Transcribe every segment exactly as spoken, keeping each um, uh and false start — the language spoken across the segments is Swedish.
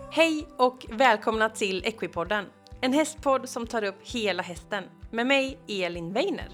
Hej och välkomna till Equipodden, en hästpodd som tar upp hela hästen, med mig Elin Weiner.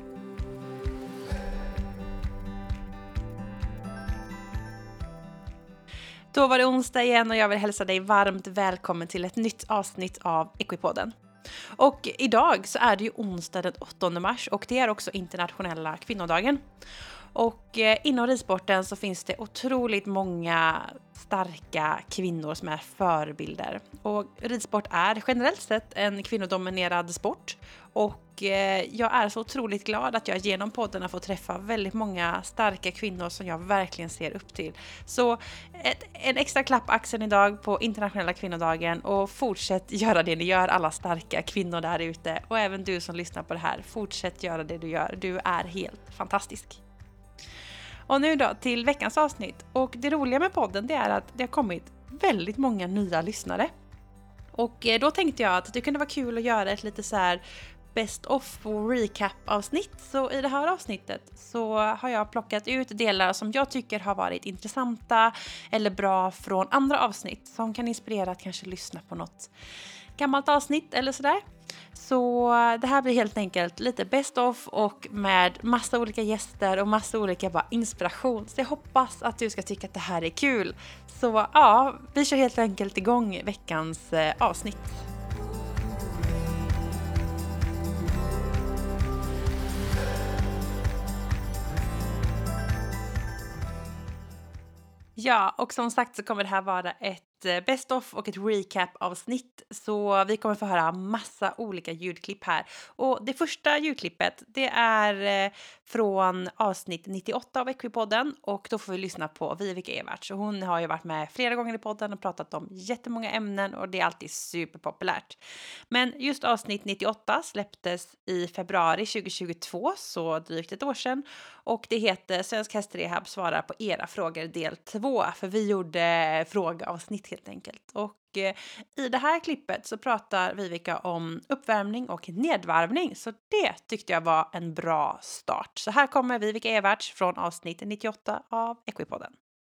Då var det onsdag igen och jag vill hälsa dig varmt välkommen till ett nytt avsnitt av Equipodden. Och idag så är det ju onsdag den åttonde mars och det är också internationella kvinnodagen. Och eh, inom ridsporten så finns det otroligt många starka kvinnor som är förebilder. Och ridsport är generellt sett en kvinnodominerad sport. Och eh, jag är så otroligt glad att jag genom podden har fått träffa väldigt många starka kvinnor som jag verkligen ser upp till. Så ett, en extra klapp på axeln idag på internationella kvinnodagen och fortsätt göra det ni gör, alla starka kvinnor där ute. Och även du som lyssnar på det här, fortsätt göra det du gör. Du är helt fantastisk. Och nu då till veckans avsnitt. Och det roliga med podden det är att det har kommit väldigt många nya lyssnare. Och då tänkte jag att det kunde vara kul att göra ett lite så här best of och recap avsnitt. Så i det här avsnittet så har jag plockat ut delar som jag tycker har varit intressanta eller bra från andra avsnitt. Som kan inspirera att kanske lyssna på något gammalt avsnitt eller sådär. Så det här blir helt enkelt lite best of och med massa olika gäster och massa olika bara inspiration. Så jag hoppas att du ska tycka att det här är kul. Så ja, vi kör helt enkelt igång veckans eh, avsnitt. Ja, och som sagt så kommer det här vara ett best of och ett recap avsnitt. Så vi kommer få höra massa olika ljudklipp här. Och det första ljudklippet det är från avsnitt nittioåtta av Equipodden. Och då får vi lyssna på Vivica Everts. Och hon har ju varit med flera gånger i podden och pratat om jättemånga ämnen. Och det är alltid superpopulärt. Men just avsnitt nittioåtta släpptes i februari tjugohundratjugotvå, så drygt ett år sedan. Och det heter Svensk Hästrehab svarar på era frågor del två. För vi gjorde frågeavsnitt helt enkelt. Och eh, i det här klippet så pratar Vivica om uppvärmning och nedvarvning. Så det tyckte jag var en bra start. Så här kommer Vivica Everts från avsnitt nittioåtta av Equipodden.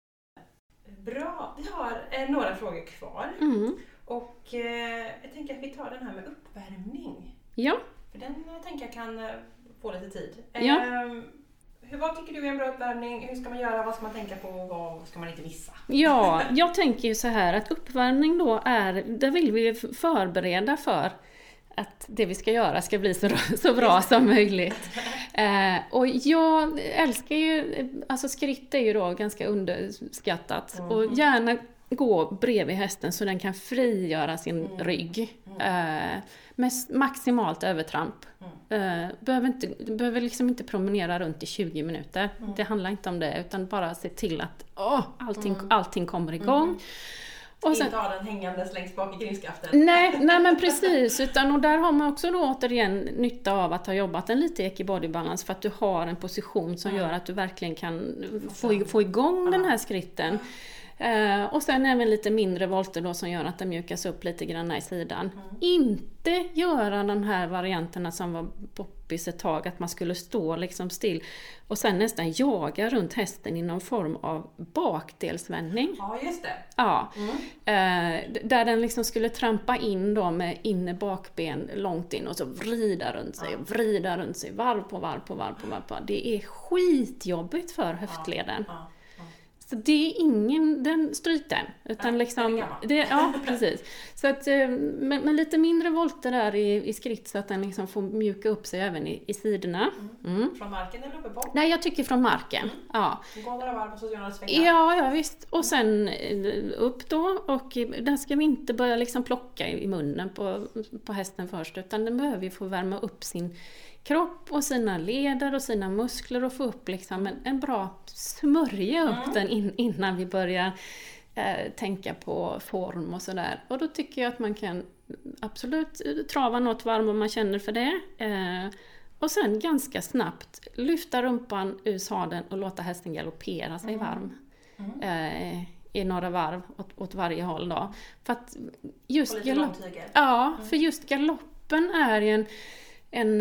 Bra, vi har eh, några frågor kvar. Mm. Och eh, jag tänker att vi tar den här med uppvärmning. Ja. För den jag tänker jag kan eh, få lite tid. Ja. Eh, Hur, vad tycker du är en bra uppvärmning? Hur ska man göra? Vad ska man tänka på? Vad ska man inte missa? Ja, jag tänker ju så här att uppvärmning då är, där vill vi förbereda för att det vi ska göra ska bli så, så bra som möjligt. Eh, och jag älskar ju, alltså skritt är ju då ganska underskattat. Mm. Och gärna gå bredvid hästen så den kan frigöra sin mm. rygg. Eh, med maximalt övertramp. Mm. Eh, behöver, inte, behöver liksom inte promenera runt i tjugo minuter. Mm. Det handlar inte om det, utan bara se till att åh, allting, mm. allting kommer igång. Mm. Och sen, inte ha den hängandes längst bak i grimskaften. Nej, nej men precis. Utan, och där har man också då återigen nytta av att ha jobbat en lite i body balance. För att du har en position som mm. gör att du verkligen kan få, få igång mm. den här skritten. Uh, och sen även lite mindre volter då som gör att det mjukas upp lite grann i sidan. Mm. Inte göra de här varianterna som var poppis ett tag, att man skulle stå liksom still och sen nästan jaga runt hästen i någon form av bakdelsvändning. Ja, just det. Ja, mm. uh, där den liksom skulle trampa in då med inne bakben långt in och så vrida runt sig och vrida runt sig varv på varv på varv på varv på varv. Det är skitjobbigt för höftleden. Ja. Ja. Så det är ingen, den stryk den. Utan ja, liksom, det, ja, precis. Så att, med, med lite mindre volter där i, i skritt så att den liksom får mjuka upp sig även i, i sidorna. Mm. Mm. Från marken eller uppe på? Nej, jag tycker från marken. Mm. Ja. Gå några varv och så gör några svängar. Ja, ja, visst. Och sen upp då. Och där ska vi inte börja liksom plocka i munnen på, på hästen först. Utan den behöver ju få värma upp sin kropp och sina leder och sina muskler och få upp liksom en, en bra smörja upp mm. den in, innan vi börjar eh, tänka på form och sådär. Och då tycker jag att man kan absolut trava något varm om man känner för det. Eh, och sen ganska snabbt lyfta rumpan ur sadeln och låta hästen galoppera sig mm. varm. Mm. Eh, i några varv åt, åt varje håll då. För att just galopp- ja, mm. för just galoppen är en En,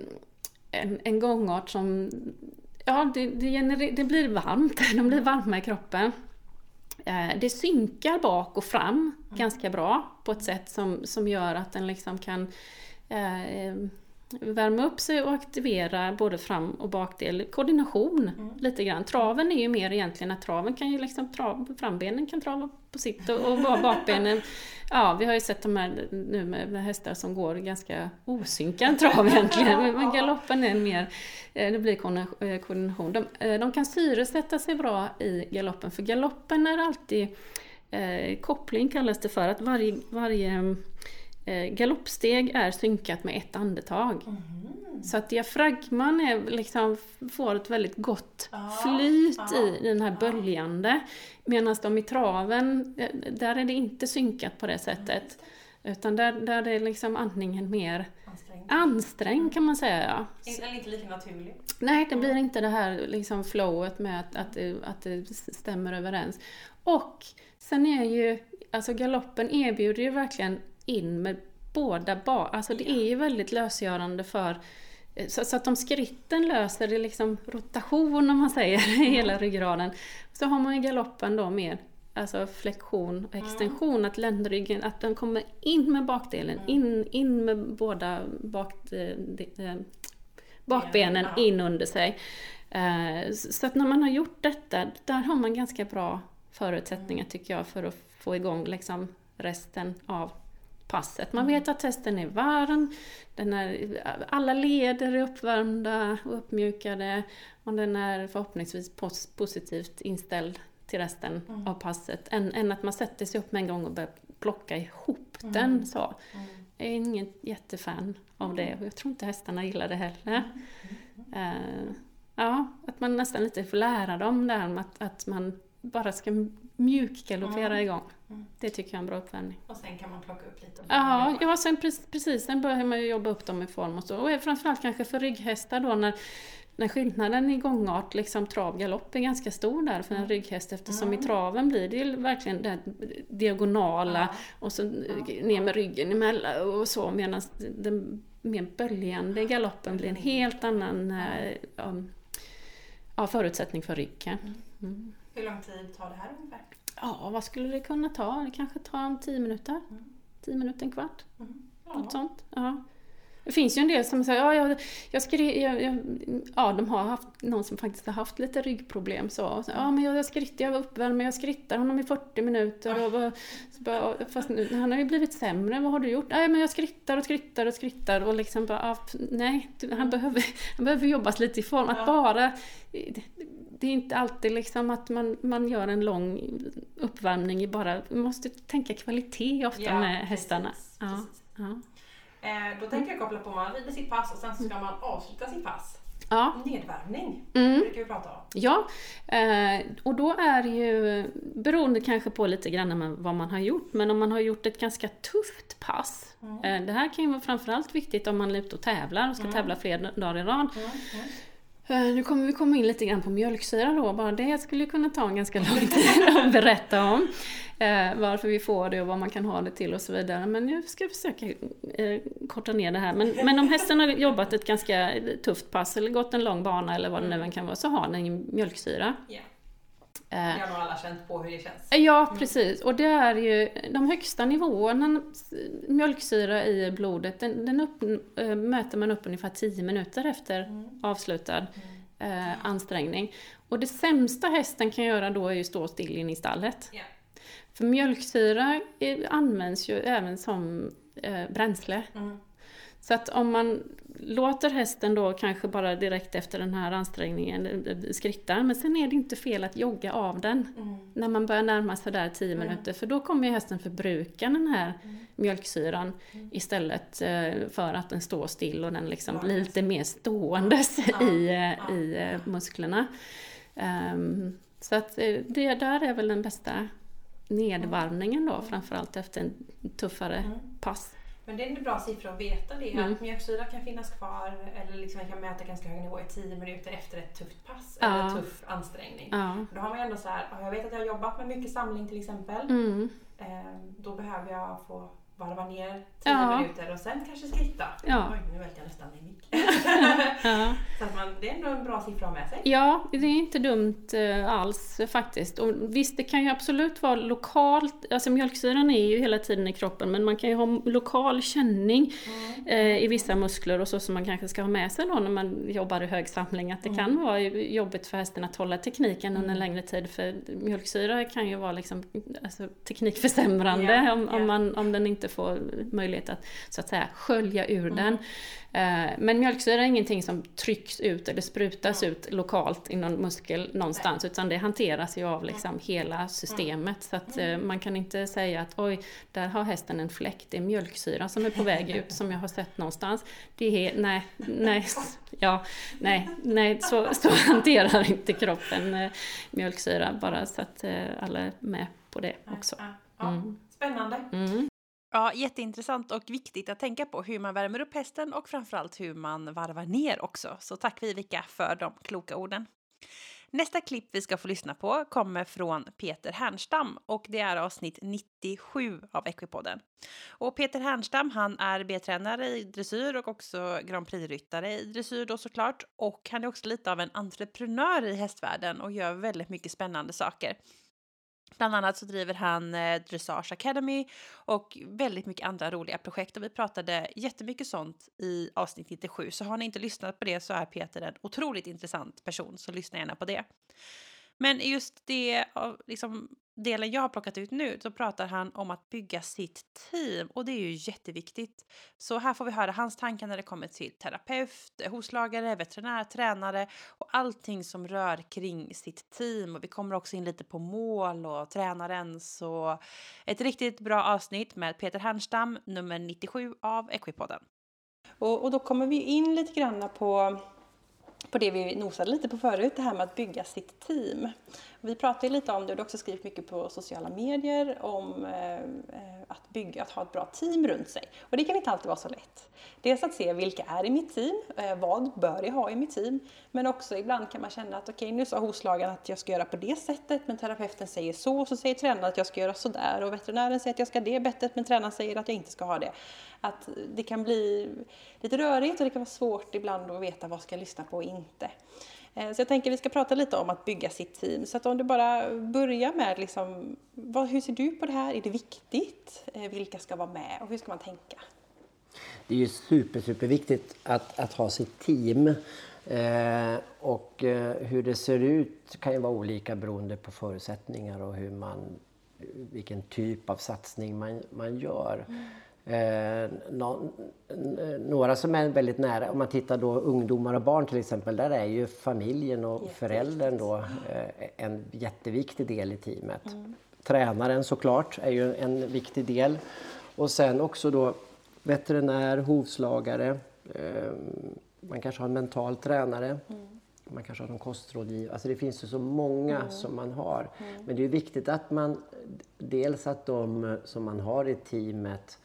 en, en gångart som ja, det, det, gener- det blir varmt, de blir varma i kroppen. Det synkar bak och fram mm. ganska bra på ett sätt som, som gör att den liksom kan eh, värma upp sig och aktivera både fram- och bakdel. Koordination mm. lite grann. Traven är ju mer egentligen att traven kan ju liksom, trav, frambenen kan trava på sitt och, och bakbenen. Ja, vi har ju sett de här nu med, med hästar som går ganska osynkad trav egentligen. Men galoppen är mer, det blir koordination. De, de kan syresätta sig bra i galoppen, för galoppen är alltid, eh, koppling kallas det för, att varje, varje eh, galoppsteg är synkat med ett andetag. Mm. Så att diafragman är liksom, får ett väldigt gott flyt ah, ah, i den här böljande. Medan de i traven, där är det inte synkat på det sättet. Mm. Utan där, där är liksom andningen mer ansträngd, ansträngd kan man säga. Ja. Eller inte lika naturlig. Nej, det blir inte det här liksom flowet med att, att, det, att det stämmer överens. Och sen är ju, alltså galoppen erbjuder ju verkligen in med båda ba- alltså det är ju väldigt lösgörande för, så, så att om skritten löser det liksom rotation om man säger i hela ryggraden, så har man i galoppen då mer alltså flexion och extension, mm. att ländryggen, att den kommer in med bakdelen, mm. in, in med båda bak, de, de, bakbenen ja. in under sig. Uh, så att när man har gjort detta, där har man ganska bra förutsättningar tycker jag för att få igång liksom resten av passet. Man vet att hästen är varm, den är, alla leder är uppvärmda och uppmjukade, och den är förhoppningsvis pos- positivt inställd till resten mm. av passet. Än, än att man sätter sig upp med en gång och börjar plocka ihop mm. den. Så. Mm. Jag är ingen jättefan av det, och jag tror inte hästarna gillar det heller. Mm. Uh, ja, att man nästan lite får lära dem det här med att, att man bara ska mjukgaloppera mm. igång. Mm. Det tycker jag är en bra uppvärmning. Och sen kan man plocka upp lite. Ja, ja sen, precis. Sen börjar man ju jobba upp dem i form och så. Och framförallt kanske för rygghästar då, när, när skillnaden i gångart, liksom trav-galopp, är ganska stor där för en mm. rygghäst. Eftersom mm. i traven blir det ju verkligen det diagonala ja. och så ja. ner med ryggen emellan och så. Medan den mer böljande galoppen blir en helt annan mm. äh, ja, förutsättning för ryggen. Mm. Mm. Hur lång tid tar det här ungefär? Ja, vad skulle det kunna ta? Det kanske tar tio minuter. Mm. Tio minuter, en kvart. Mm. Ja. Något sånt. Ja. Det finns ju en del som säger, ja, jag, jag skri, jag, jag, ja, de har haft någon som faktiskt har haft lite ryggproblem. Så, så ja, men jag, jag skrittar, jag var uppvärmd, jag skrittar honom i fyrtio minuter. Och bara, så bara, fast nu, han har ju blivit sämre, vad har du gjort? Nej, men jag skrittar och skrittar och skrittar. Och liksom bara, ja, nej, han behöver, han behöver jobbas lite i form. Att bara... Det är inte alltid liksom att man, man gör en lång uppvärmning i bara... Man måste tänka kvalitet ofta ja, med hästarna. Precis, ja, precis. Ja. Eh, då tänker jag koppla på, man rider sitt pass och sen så ska man avsluta sitt pass. Ja. Nedvärmning, mm. det brukar vi prata om. Ja, eh, och då är det ju beroende kanske på lite grann vad man har gjort. Men om man har gjort ett ganska tufft pass. Mm. Eh, det här kan ju vara framförallt viktigt om man är ute och tävlar och ska mm. tävla flera dagar i rad. Mm. Mm. Nu kommer vi komma in lite grann på mjölksyra då. Bara det skulle kunna ta en ganska lång tid att berätta om. Eh, varför vi får det och vad man kan ha det till och så vidare. Men nu ska jag försöka eh, korta ner det här. Men, men om hästen har jobbat ett ganska tufft pass eller gått en lång bana eller vad det nu kan vara, så har den mjölksyra. Yeah. Jag har nog alla känt på hur det känns. Ja, precis. Och det är ju de högsta nivåerna mjölksyra i blodet. Den, den upp, äh, mäter man upp ungefär tio minuter efter mm. avslutad mm. äh, ansträngning. Och det sämsta hästen kan göra då är ju stå still in i stallet. Yeah. För mjölksyra är, används ju även som äh, bränsle. Mm. Så att om man låter hästen då kanske bara direkt efter den här ansträngningen skritta, men sen är det inte fel att jogga av den mm. när man börjar närma sig där tio mm. minuter, för då kommer ju hästen förbruka den här mm. mjölksyran mm. istället för att den står still och den liksom blir lite mer ståendes ja. i, ja. i musklerna. Um, så att det där är väl den bästa nedvarvningen då, framförallt efter en tuffare mm. pass. Men det är en bra siffra att veta det, mm. att mjölksyra kan finnas kvar eller liksom man kan mäta ganska hög nivå i tio minuter efter ett tufft pass ja. eller en tuff ansträngning. Ja. Då har man ändå så här, jag vet att jag har jobbat med mycket samling till exempel, mm. eh, då behöver jag få varva ner tio ja. minuter och sen kanske skritta. Ja. Oj, nu väljer jag nästan min mick. Ja. Så att man, det är ändå en bra siffra att ha med sig. Ja, det är inte dumt eh, alls faktiskt. Och visst, det kan ju absolut vara lokalt. Alltså mjölksyran är ju hela tiden i kroppen, men man kan ju ha lokal känning mm. eh, i vissa muskler och så som man kanske ska ha med sig då när man jobbar i högsamling. Att det mm. kan vara jobbigt för hästen att hålla tekniken mm. under en längre tid. För mjölksyra kan ju vara liksom, alltså, teknikförsämrande yeah. om, om, man, om den inte får möjlighet att, så att säga, skölja ur mm. den. Men mjölksyra är ingenting som trycks ut eller sprutas mm. ut lokalt i någon muskel någonstans. Nej. Utan det hanteras ju av liksom mm. hela systemet. Så att mm. man kan inte säga att oj, där har hästen en fläck. Det är mjölksyra som är på väg ut som jag har sett någonstans. Det är, nej, nej, ja, nej, nej så, så hanterar inte kroppen mjölksyra. Bara så att alla är med på det också. Mm. Spännande. Mm. Ja, jätteintressant och viktigt att tänka på hur man värmer upp hästen och framförallt hur man varvar ner också. Så tack Vivica för de kloka orden. Nästa klipp vi ska få lyssna på kommer från Peter Härnstam och det är avsnitt nittiosju av Equipodden. Och Peter Härnstam, han är B-tränare i dressyr och också Grand Prix-ryttare i dressyr då såklart. Och han är också lite av en entreprenör i hästvärlden och gör väldigt mycket spännande saker. Bland annat så driver han eh, Dressage Academy och väldigt mycket andra roliga projekt. Och vi pratade jättemycket sånt i avsnitt nittiosju. Så har ni inte lyssnat på det så är Peter en otroligt intressant person. Så lyssna gärna på det. Men just det, liksom, delen jag har plockat ut nu, så pratar han om att bygga sitt team. Och det är ju jätteviktigt. Så här får vi höra hans tankar när det kommer till terapeut, hovslagare, veterinär, tränare och allting som rör kring sitt team. Och vi kommer också in lite på mål och tränaren. Så ett riktigt bra avsnitt med Peter Härnstam, nummer nittiosju av Equipodden. Och, och då kommer vi in lite grann på... på det vi nosade lite på förut, det här med att bygga sitt team. Vi pratade lite om det, du har också skrivit mycket på sociala medier om eh, att bygga, att ha ett bra team runt sig. Och det kan inte alltid vara så lätt. Dels att se vilka är i mitt team, eh, vad bör jag ha i mitt team. Men också ibland kan man känna att okej, okay, nu sa hovslagaren att jag ska göra på det sättet, men terapeuten säger så, och så säger tränaren att jag ska göra så där. Och veterinären säger att jag ska det bettet, men tränaren säger att jag inte ska ha det. Att det kan bli lite rörigt och det kan vara svårt ibland att veta vad ska jag lyssna på och inte. Så jag tänker att vi ska prata lite om att bygga sitt team. Så att om du bara börjar med, liksom, vad, hur ser du på det här? Är det viktigt? Vilka ska vara med och hur ska man tänka? Det är ju super, super viktigt att, att ha sitt team. Eh, och eh, hur det ser ut kan ju vara olika beroende på förutsättningar och hur man, vilken typ av satsning man, man gör. Mm. Eh, no, några som är väldigt nära, om man tittar då ungdomar och barn till exempel, där är ju familjen och föräldern då eh, en jätteviktig del i teamet. Mm. Tränaren såklart är ju en viktig del, och sen också då veterinär, hovslagare, eh, man kanske har en mental tränare. Mm. Man kanske har någon kostrådgivare. Alltså det finns ju så många mm. som man har. Mm. Men det är viktigt att man, dels att de som man har i teamet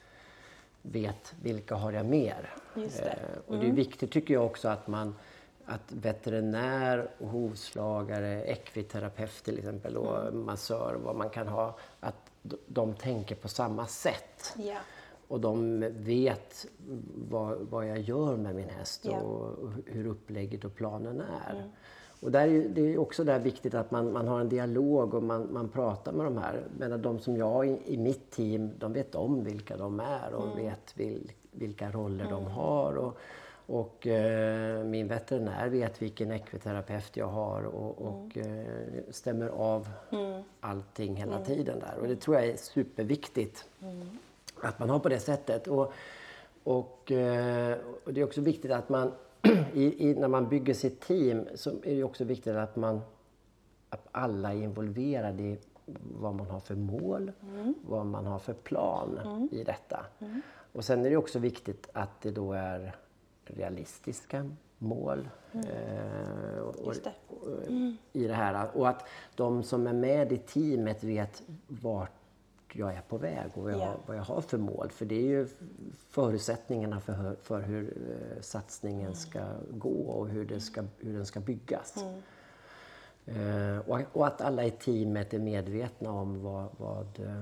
vet vilka har jag mer. Just det. Mm. Eh, och det är viktigt tycker jag också att man, att veterinär, hovslagare, ekviterapeut till exempel och mm. massör, vad man kan ha, att de tänker på samma sätt. Yeah. Och de vet vad, vad jag gör med min häst och, yeah. och hur upplägget och planen är. Mm. Och där är, det är också där viktigt att man, man har en dialog och man, man pratar med de här. Men de som jag har i, i mitt team, de vet om vilka de är och mm. vet vil, vilka roller mm. de har. Och, och eh, min veterinär vet vilken ekviterapeut jag har och, och mm. eh, stämmer av mm. allting hela mm. tiden där. Och det tror jag är superviktigt mm. att man har på det sättet. Och, och, eh, och det är också viktigt att man I, i, när man bygger sitt team så är det också viktigt att man att alla är involverade i vad man har för mål, mm. vad man har för plan mm. i detta. Mm. Och sen är det också viktigt att det då är realistiska mål mm. eh, och, det. Och, mm. i det här. Och att de som är med i teamet vet vart jag är på väg och vad jag, yeah. vad jag har för mål. För det är ju förutsättningarna för, för hur uh, satsningen mm. ska gå och hur, det ska, hur den ska byggas. Mm. Uh, och, och att alla i teamet är medvetna om vad, vad, uh,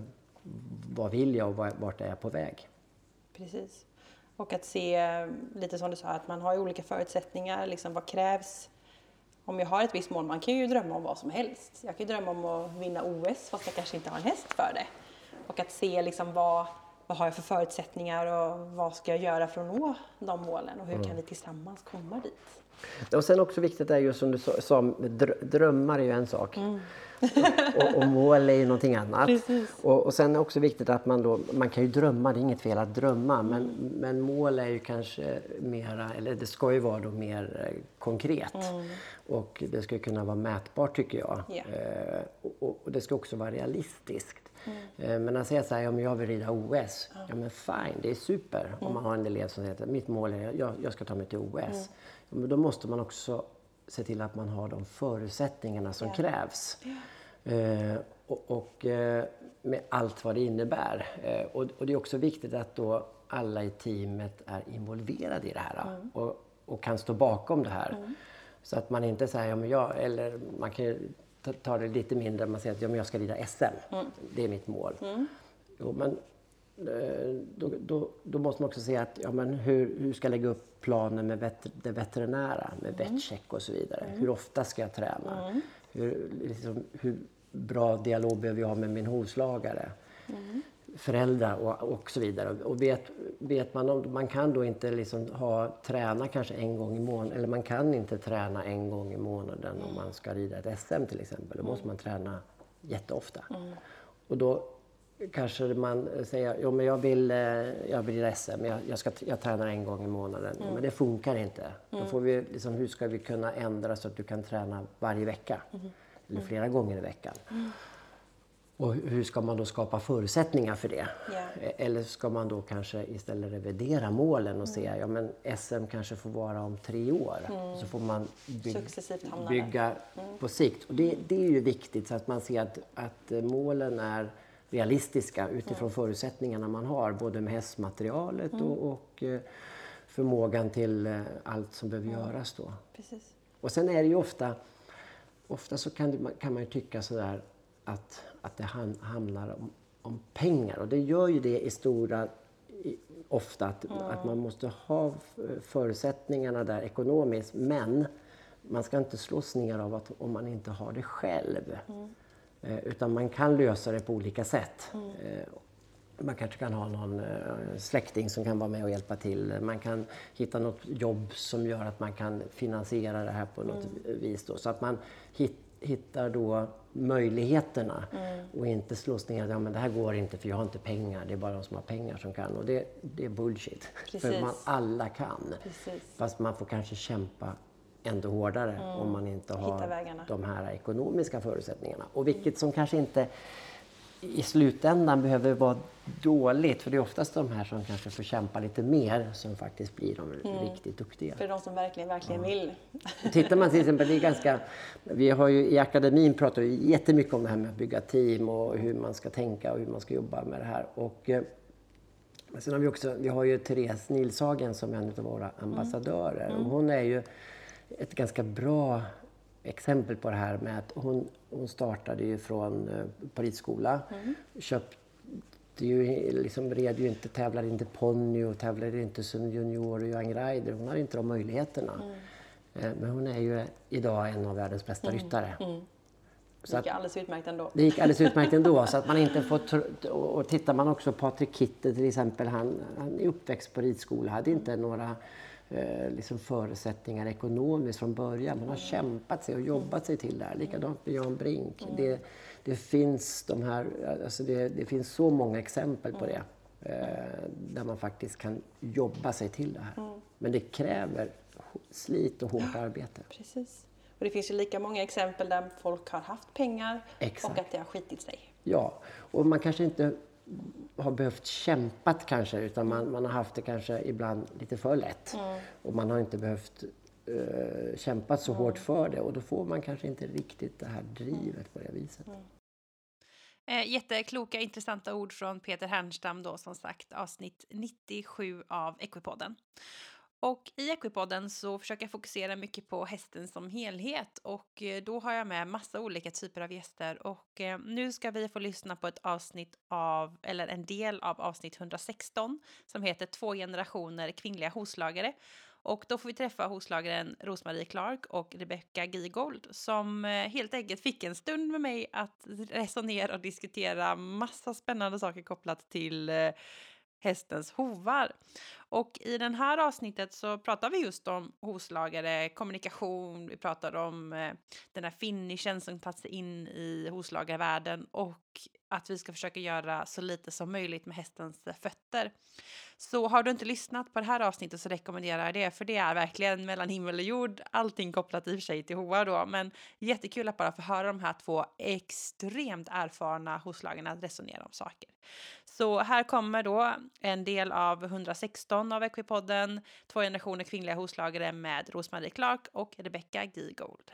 vad vill jag och vart är jag på väg. Precis. Och att se, lite som du sa, att man har ju olika förutsättningar. Liksom, vad krävs? Om jag har ett visst mål, man kan ju drömma om vad som helst. Jag kan ju drömma om att vinna O S fast jag kanske inte har en häst för det. Och att se liksom vad, vad har jag för förutsättningar och vad ska jag göra för att nå de målen. Och hur mm. kan vi tillsammans komma dit? Och sen också viktigt är ju som du sa, drömmar är ju en sak. Mm. och, och mål är ju någonting annat. Och, och sen är det också viktigt att man då, man kan ju drömma, det är inget fel att drömma. Mm. Men, men mål är ju kanske mera, eller det ska ju vara då mer eh, konkret. Mm. Och det ska kunna vara mätbart tycker jag. Yeah. Eh, och, och det ska också vara realistiskt. Mm. Eh, men att säga så här, om jag vill rida O S, mm. ja men fine, det är super. Mm. Om man har en elev som säger att mitt mål är, jag, jag ska ta mig till O S. Mm. Men då måste man också se till att man har de förutsättningarna som yeah. krävs. Yeah. Eh, och och eh, med allt vad det innebär. Eh, och, och det är också viktigt att då alla i teamet är involverade i det här. Mm. Och, och kan stå bakom det här. Mm. Så att man inte säger, ja, men jag, eller man kan ju ta, ta det lite mindre, man säger att ja, men jag ska rida S M. Mm. Det är mitt mål. Mm. Jo, men Då, då, då måste man också se att ja, men hur, hur ska jag lägga upp planen med vet, det veterinära, med mm. vetcheck och så vidare. Mm. Hur ofta ska jag träna? Mm. Hur, liksom, hur bra dialog behöver jag ha med min hovslagare? Mm. Föräldrar och, och så vidare. Och vet, vet man om, man kan då inte liksom ha, träna kanske en gång i månaden, eller man kan inte träna en gång i månaden mm. om man ska rida ett S M till exempel. Då måste mm. man träna jätteofta. Mm. Och då kanske man säger, jo men jag vill, jag vill rida S M, jag, jag, ska, jag tränar en gång i månaden. Mm. Men det funkar inte. Mm. Då får vi, liksom, hur ska vi kunna ändra så att du kan träna varje vecka? Mm. Eller flera gånger i veckan. Mm. Och hur ska man då skapa förutsättningar för det? Yeah. Eller ska man då kanske istället revidera målen och mm. säga, ja men S M kanske får vara om tre år. Mm. Så får man bygga, bygga mm. på sikt. Och det, det är ju viktigt så att man ser att, att målen är realistiska utifrån mm. förutsättningarna man har. Både med hästmaterialet mm. och, och förmågan till allt som behöver mm. göras då. Precis. Och sen är det ju ofta, ofta så kan, det, kan man ju tycka sådär att, att det handlar om, om pengar. Och det gör ju det i stora, i, ofta att, mm. att man måste ha förutsättningarna där ekonomiskt. Men man ska inte slås ner av att om man inte har det själv. Mm. Eh, utan man kan lösa det på olika sätt. Mm. Eh, man kanske kan ha någon eh, släkting som kan vara med och hjälpa till. Man kan hitta något jobb som gör att man kan finansiera det här på något mm. vis. Då. Så att man hit, hittar då möjligheterna mm. och inte slås ner att ja, men det här går inte för jag har inte pengar. Det är bara de som har pengar som kan. Och det, det är bullshit. Precis. För man alla kan. Precis. Fast man får kanske kämpa ändå hårdare mm. om man inte har de här ekonomiska förutsättningarna. Och vilket som kanske inte i slutändan behöver vara dåligt. För det är oftast de här som kanske får kämpa lite mer som faktiskt blir de mm. riktigt duktiga. För de som verkligen, verkligen ja. vill. Tittar man till exempel, det är ganska, vi har ju i akademin pratat jättemycket om det här med att bygga team och hur man ska tänka och hur man ska jobba med det här. Och eh, sen har vi också, vi har ju Therese Nilshagen som är en av våra ambassadörer. Mm. Mm. Och hon är ju ett ganska bra exempel på det här med att hon, hon startade ju från eh, på ridskola. Mm. Köpte ju, liksom red ju inte, tävlade inte ponny och tävlade inte som junior och young rider. Hon har ju inte de möjligheterna. Mm. Eh, men hon är ju idag en av världens bästa mm. ryttare. Mm. Det gick alldeles utmärkt ändå. Det gick alldeles utmärkt ändå. Så att man inte får tr- och tittar man också på Patrik Kitte till exempel. Han, han är uppväxt på ridskola. Hade inte några eh, liksom förutsättningar ekonomiskt från början. Man har mm. kämpat sig och jobbat sig till det här. Likadant med Jan Brink. Mm. Det, det finns de här, alltså det, det finns så många exempel på det. Eh, där man faktiskt kan jobba sig till det här. Mm. Men det kräver slit och hårt ja, arbete. Precis. Och det finns ju lika många exempel där folk har haft pengar Exakt. och att det har skitit sig. Ja, och man kanske inte har behövt kämpat kanske, utan man, man har haft det kanske ibland lite för lätt. Mm. Och man har inte behövt uh, kämpat så mm. hårt för det. Och då får man kanske inte riktigt det här drivet på det viset. Mm. Eh, jättekloka, intressanta ord från Peter Härnstam då, som sagt, avsnitt nittiosju av Equipodden. Och i Equipodden så försöker jag fokusera mycket på hästen som helhet och eh, då har jag med massa olika typer av gäster och eh, nu ska vi få lyssna på ett avsnitt av, eller en del av avsnitt hundrasexton som heter Två generationer kvinnliga hovslagare. Och då får vi träffa hovslagaren Rosmarie Clark och Rebecca Giegold som eh, helt enkelt fick en stund med mig att resonera och diskutera massa spännande saker kopplat till eh, hästens hovar. Och i den här avsnittet så pratar vi just om hovslagare, kommunikation, vi pratar om eh, den här finishen som tar sig in i hovslagarvärlden och att vi ska försöka göra så lite som möjligt med hästens fötter. Så har du inte lyssnat på det här avsnittet så rekommenderar jag det, för det är verkligen mellan himmel och jord, allting kopplat i och för sig till hovar då, men jättekul att bara få höra de här två extremt erfarna hovslagarna att resonera om saker. Så här kommer då en del av hundrasexton av Equipodden, Två generationer kvinnliga hovslagare med Rosmarie Clark och Rebecca Giegold.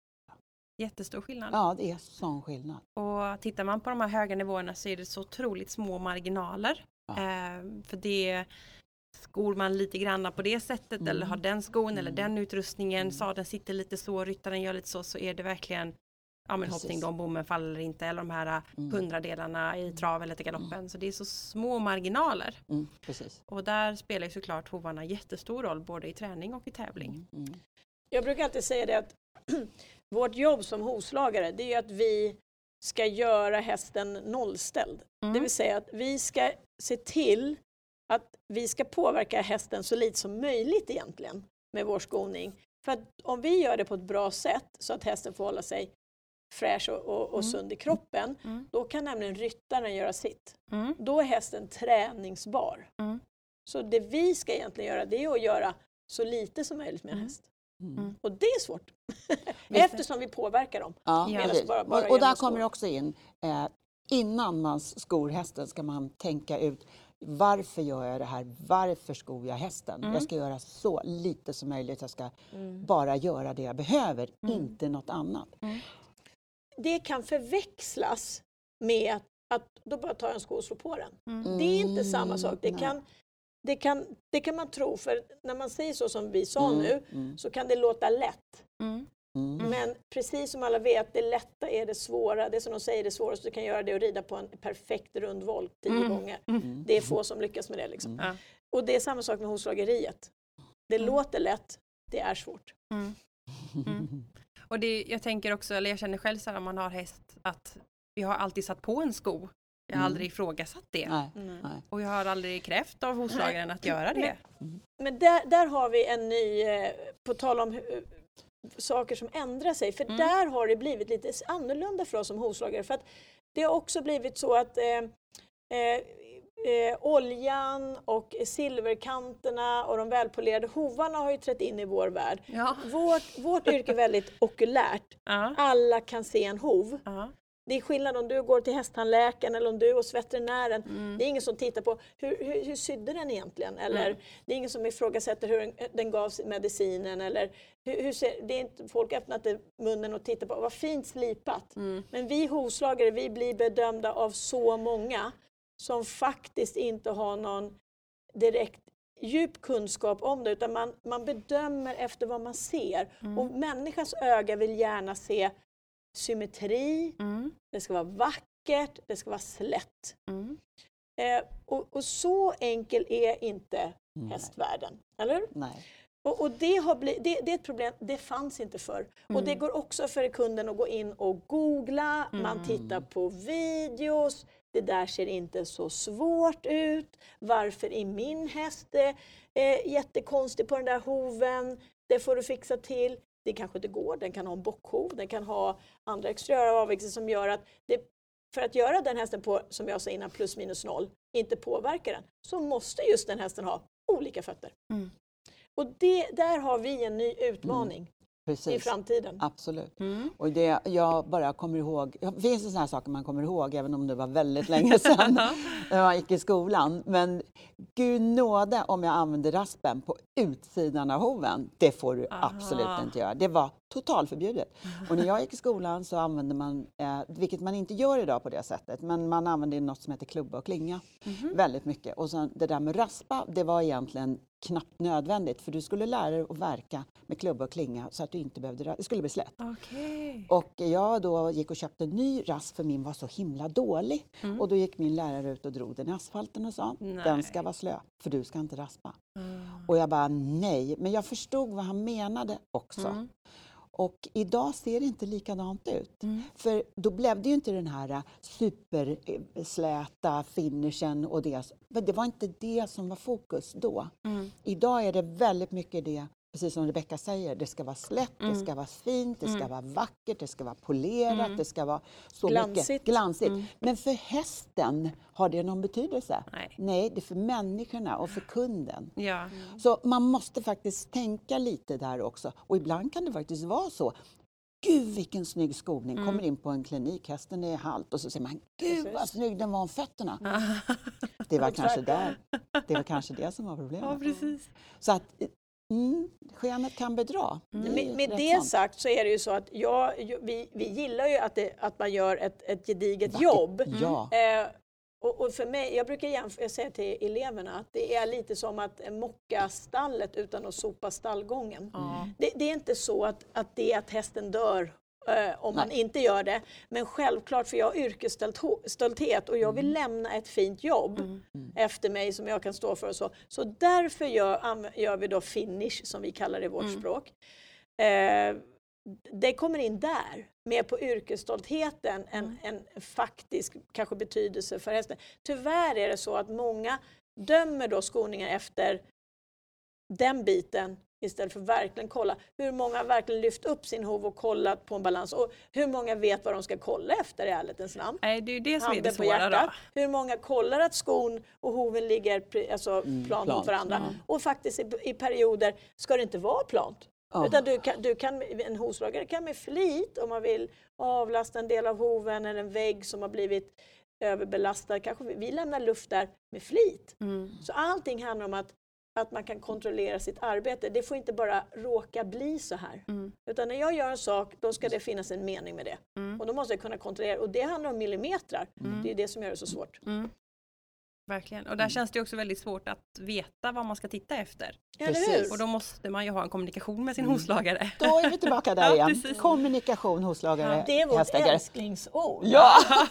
Jättestor skillnad. Ja, det är sån skillnad. Och tittar man på de här höga nivåerna så är det så otroligt små marginaler. Ja. Eh, för det skor man lite grann på det sättet Mm. eller har den skon Mm. eller den utrustningen, Mm. sadeln sitter lite så, ryttaren gör lite så, så är det verkligen ja men Precis. hoppning då om bommen faller eller inte, eller de här Mm. hundradelarna i trav eller till galoppen. Så det är så små marginaler. Mm, precis. Och där spelar ju såklart hovarna jättestor roll både i träning och i tävling. Mm. Mm. Jag brukar alltid säga det att vårt jobb som hovslagare, det är ju att vi ska göra hästen nollställd. Mm. Det vill säga att vi ska se till att vi ska påverka hästen så lite som möjligt egentligen med vår skoning. För att om vi gör det på ett bra sätt så att hästen får hålla sig fräsch och, och, och Mm. sund i kroppen, Mm. då kan nämligen ryttaren göra sitt. Mm. Då är hästen träningsbar. Mm. Så det vi ska egentligen göra, det är att göra så lite som möjligt med en Mm. häst. Mm. Och det är svårt. Eftersom vi påverkar dem. Ja, Ja. precis. Bara- bara och, och genom där att skor. kommer det också in, eh, innan man skor hästen ska man tänka ut varför gör jag det här, varför skor jag hästen. Mm. Jag ska göra så lite som möjligt, jag ska Mm. bara göra det jag behöver, Mm. inte något annat. Det kan förväxlas med att, att då bara tar jag en sko och slår på den. Mm. Det är inte samma sak. Det nej. kan, det, kan, det kan man tro, för när man säger så som vi sa Mm, nu mm, så kan det låta lätt. Mm. mm. Men precis som alla vet, det lätta är det svåra. Det som de säger är det svåraste du kan göra, det är att rida på en perfekt rundvolt tio Mm. gånger. Mm. Det är få som lyckas med det. Liksom. Mm. Ja. Och det är samma sak med hovslageriet. Det Mm. låter lätt, det är svårt. Mm. Mm. Och det, jag tänker också, eller jag känner själv så här om man har häst, att jag har alltid satt på en sko. Jag har Mm. aldrig ifrågasatt det. Nej, Mm. nej. Och jag har aldrig krävt av hovslagaren att göra det. Men där, där har vi en ny, eh, på tal om hu- saker som ändrar sig. För Mm. där har det blivit lite annorlunda för oss som hovslagare. För att det har också blivit så att eh, eh, eh, oljan och silverkanterna och de välpolerade hovarna har ju trätt in i vår värld. Ja. Vårt, vårt yrke är väldigt okulärt. Ja. Alla kan se en hov. Ja. Det är skillnad om du går till hästtandläkaren eller om du är hos veterinären. Mm. Det är ingen som tittar på hur, hur, hur sydde den egentligen. Eller Mm. det är ingen som ifrågasätter hur den, den gav medicinen. Eller hur, hur ser, det är inte, folk öppnar inte munnen och tittar på vad fint slipat. Mm. Men vi hovslagare, vi blir bedömda av så många som faktiskt inte har någon direkt djup kunskap om det. Utan man, man bedömer efter vad man ser. Mm. Och människans öga vill gärna se symmetri. Mm. Det ska vara vackert, det ska vara slätt. Mm. Eh, och, och så enkel är inte Nej. hästvärlden, eller hur? Nej. Och, och det, har blivit, det, det är ett problem, det fanns inte förr. Mm. Och det går också för kunden att gå in och googla, man Mm. tittar på videos, det där ser inte så svårt ut. Varför är min häst eh, jättekonstig på den där hoven? Det får du fixa till. Det kanske inte går, den kan ha en bockhov, den kan ha andra exteriöra avvikelser som gör att det, för att göra den hästen på, som jag sa innan, plus minus noll, inte påverka den, så måste just den hästen ha olika fötter. Mm. Och det, där har vi en ny utmaning i Precis. framtiden. Absolut. Mm. Och det jag bara kommer ihåg, det finns sådana här saker man kommer ihåg även om det var väldigt länge sedan när man gick i skolan. Men gud nåde om jag använde raspen på utsidan av hoven, det får du Aha. absolut inte göra. Det var Totalförbjudet. Och när jag gick i skolan så använde man, eh, vilket man inte gör idag på det sättet, men man använde något som heter klubba och klinga mm-hmm. väldigt mycket. Och sen det där med raspa, det var egentligen knappt nödvändigt, för du skulle lära dig att verka med klubba och klinga så att du inte behövde, det skulle bli slätt. Okay. Och jag då gick och köpte en ny rasp, för min var så himla dålig. Mm. Och då gick min lärare ut och drog den i asfalten och sa, nej. Den ska vara slö, för du ska inte raspa. Mm. Och jag bara, nej, men jag förstod vad han menade också. Mm. Och idag ser det inte likadant ut. Mm. För då blev det ju inte den här supersläta finishen och det. Men det var inte det som var fokus då. Mm. Idag är det väldigt mycket det, precis som Rebecka säger. Det ska vara slätt, mm. det ska vara fint, det ska mm. vara vackert, det ska vara polerat, mm. det ska vara så glansigt. mycket glansigt. Mm. Men för hästen har det någon betydelse? Nej. Nej, det är för människorna och för kunden. Ja. Mm. Så man måste faktiskt tänka lite där också. Och ibland kan det faktiskt vara så. Gud vilken snygg skoning. Mm. Kommer in på en klinik, hästen är halt och så säger man, gud vad snygg den var om fötterna. Det var kanske där. Det var kanske det som var problemet. Ja, precis. Så att mm, skenet kan bedra. Mm. Med, med det sant. Sagt så är det ju så att jag, vi, vi gillar ju att, det, att man gör ett, ett gediget Vackert. Jobb. Ja. Eh, och, och för mig, jag brukar jämföra, säga till eleverna att det är lite som att mocka stallet utan att sopa stallgången. Mm. Det, det är inte så att, att det är att hästen dör eh, om Nej. Man inte gör det. Men självklart, för jag har yrkesstolthet och jag vill mm. lämna ett fint jobb mm. efter mig som jag kan stå för och så. Så därför gör, gör vi då finish som vi kallar det i vårt mm. språk. Eh, det kommer in där, mer på yrkesstoltheten än en faktisk kanske betydelse för hästen. Tyvärr är det så att många dömer då skoningar efter den biten istället för att verkligen kolla. Hur många har verkligen lyft upp sin hov och kollat på en balans? Och hur många vet vad de ska kolla efter i ärlighetens namn? Nej, det är ju det som Handen är det svåra då. Hur många kollar att skon och hoven ligger alltså, mm, plant plant mot varandra? Mm. Och faktiskt i, i perioder ska det inte vara plant. Oh. Utan du kan, du kan, en hovslagare kan med flit, om man vill avlasta en del av hoven eller en vägg som har blivit överbelastad. Kanske vi, vi lämnar luft där med flit. Mm. Så allting handlar om att, att man kan kontrollera sitt arbete. Det får inte bara råka bli så här. Mm. Utan när jag gör en sak, då ska det finnas en mening med det. Mm. Och då måste jag kunna kontrollera. Och det handlar om millimeter. Mm. Det är det som gör det så svårt. Mm. Verkligen. Och där mm. känns det också väldigt svårt att veta vad man ska titta efter. Ja, precis. Och då måste man ju ha en kommunikation med sin mm. hovslagare. Då är vi tillbaka där igen. Ja, kommunikation, hovslagare, ja, det är vårt hästägare. älsklingsord. Ja.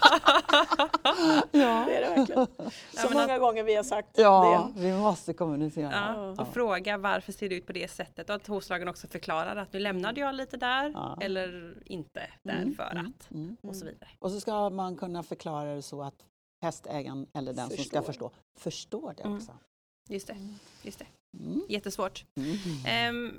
Ja, det är det verkligen. Så ja, många att, gånger vi har sagt ja, det. vi måste kommunicera. Ja, och ja. fråga varför ser det ut på det sättet. Och att hovslagaren också förklarar att nu lämnade jag lite där ja. eller inte där mm. för att. Mm. Och så vidare. Och så ska man kunna förklara det så att hästägaren eller den förstår. Som ska förstå, förstår det också. Mm. Just det, just det. Mm. Jättesvårt. Mm. Um,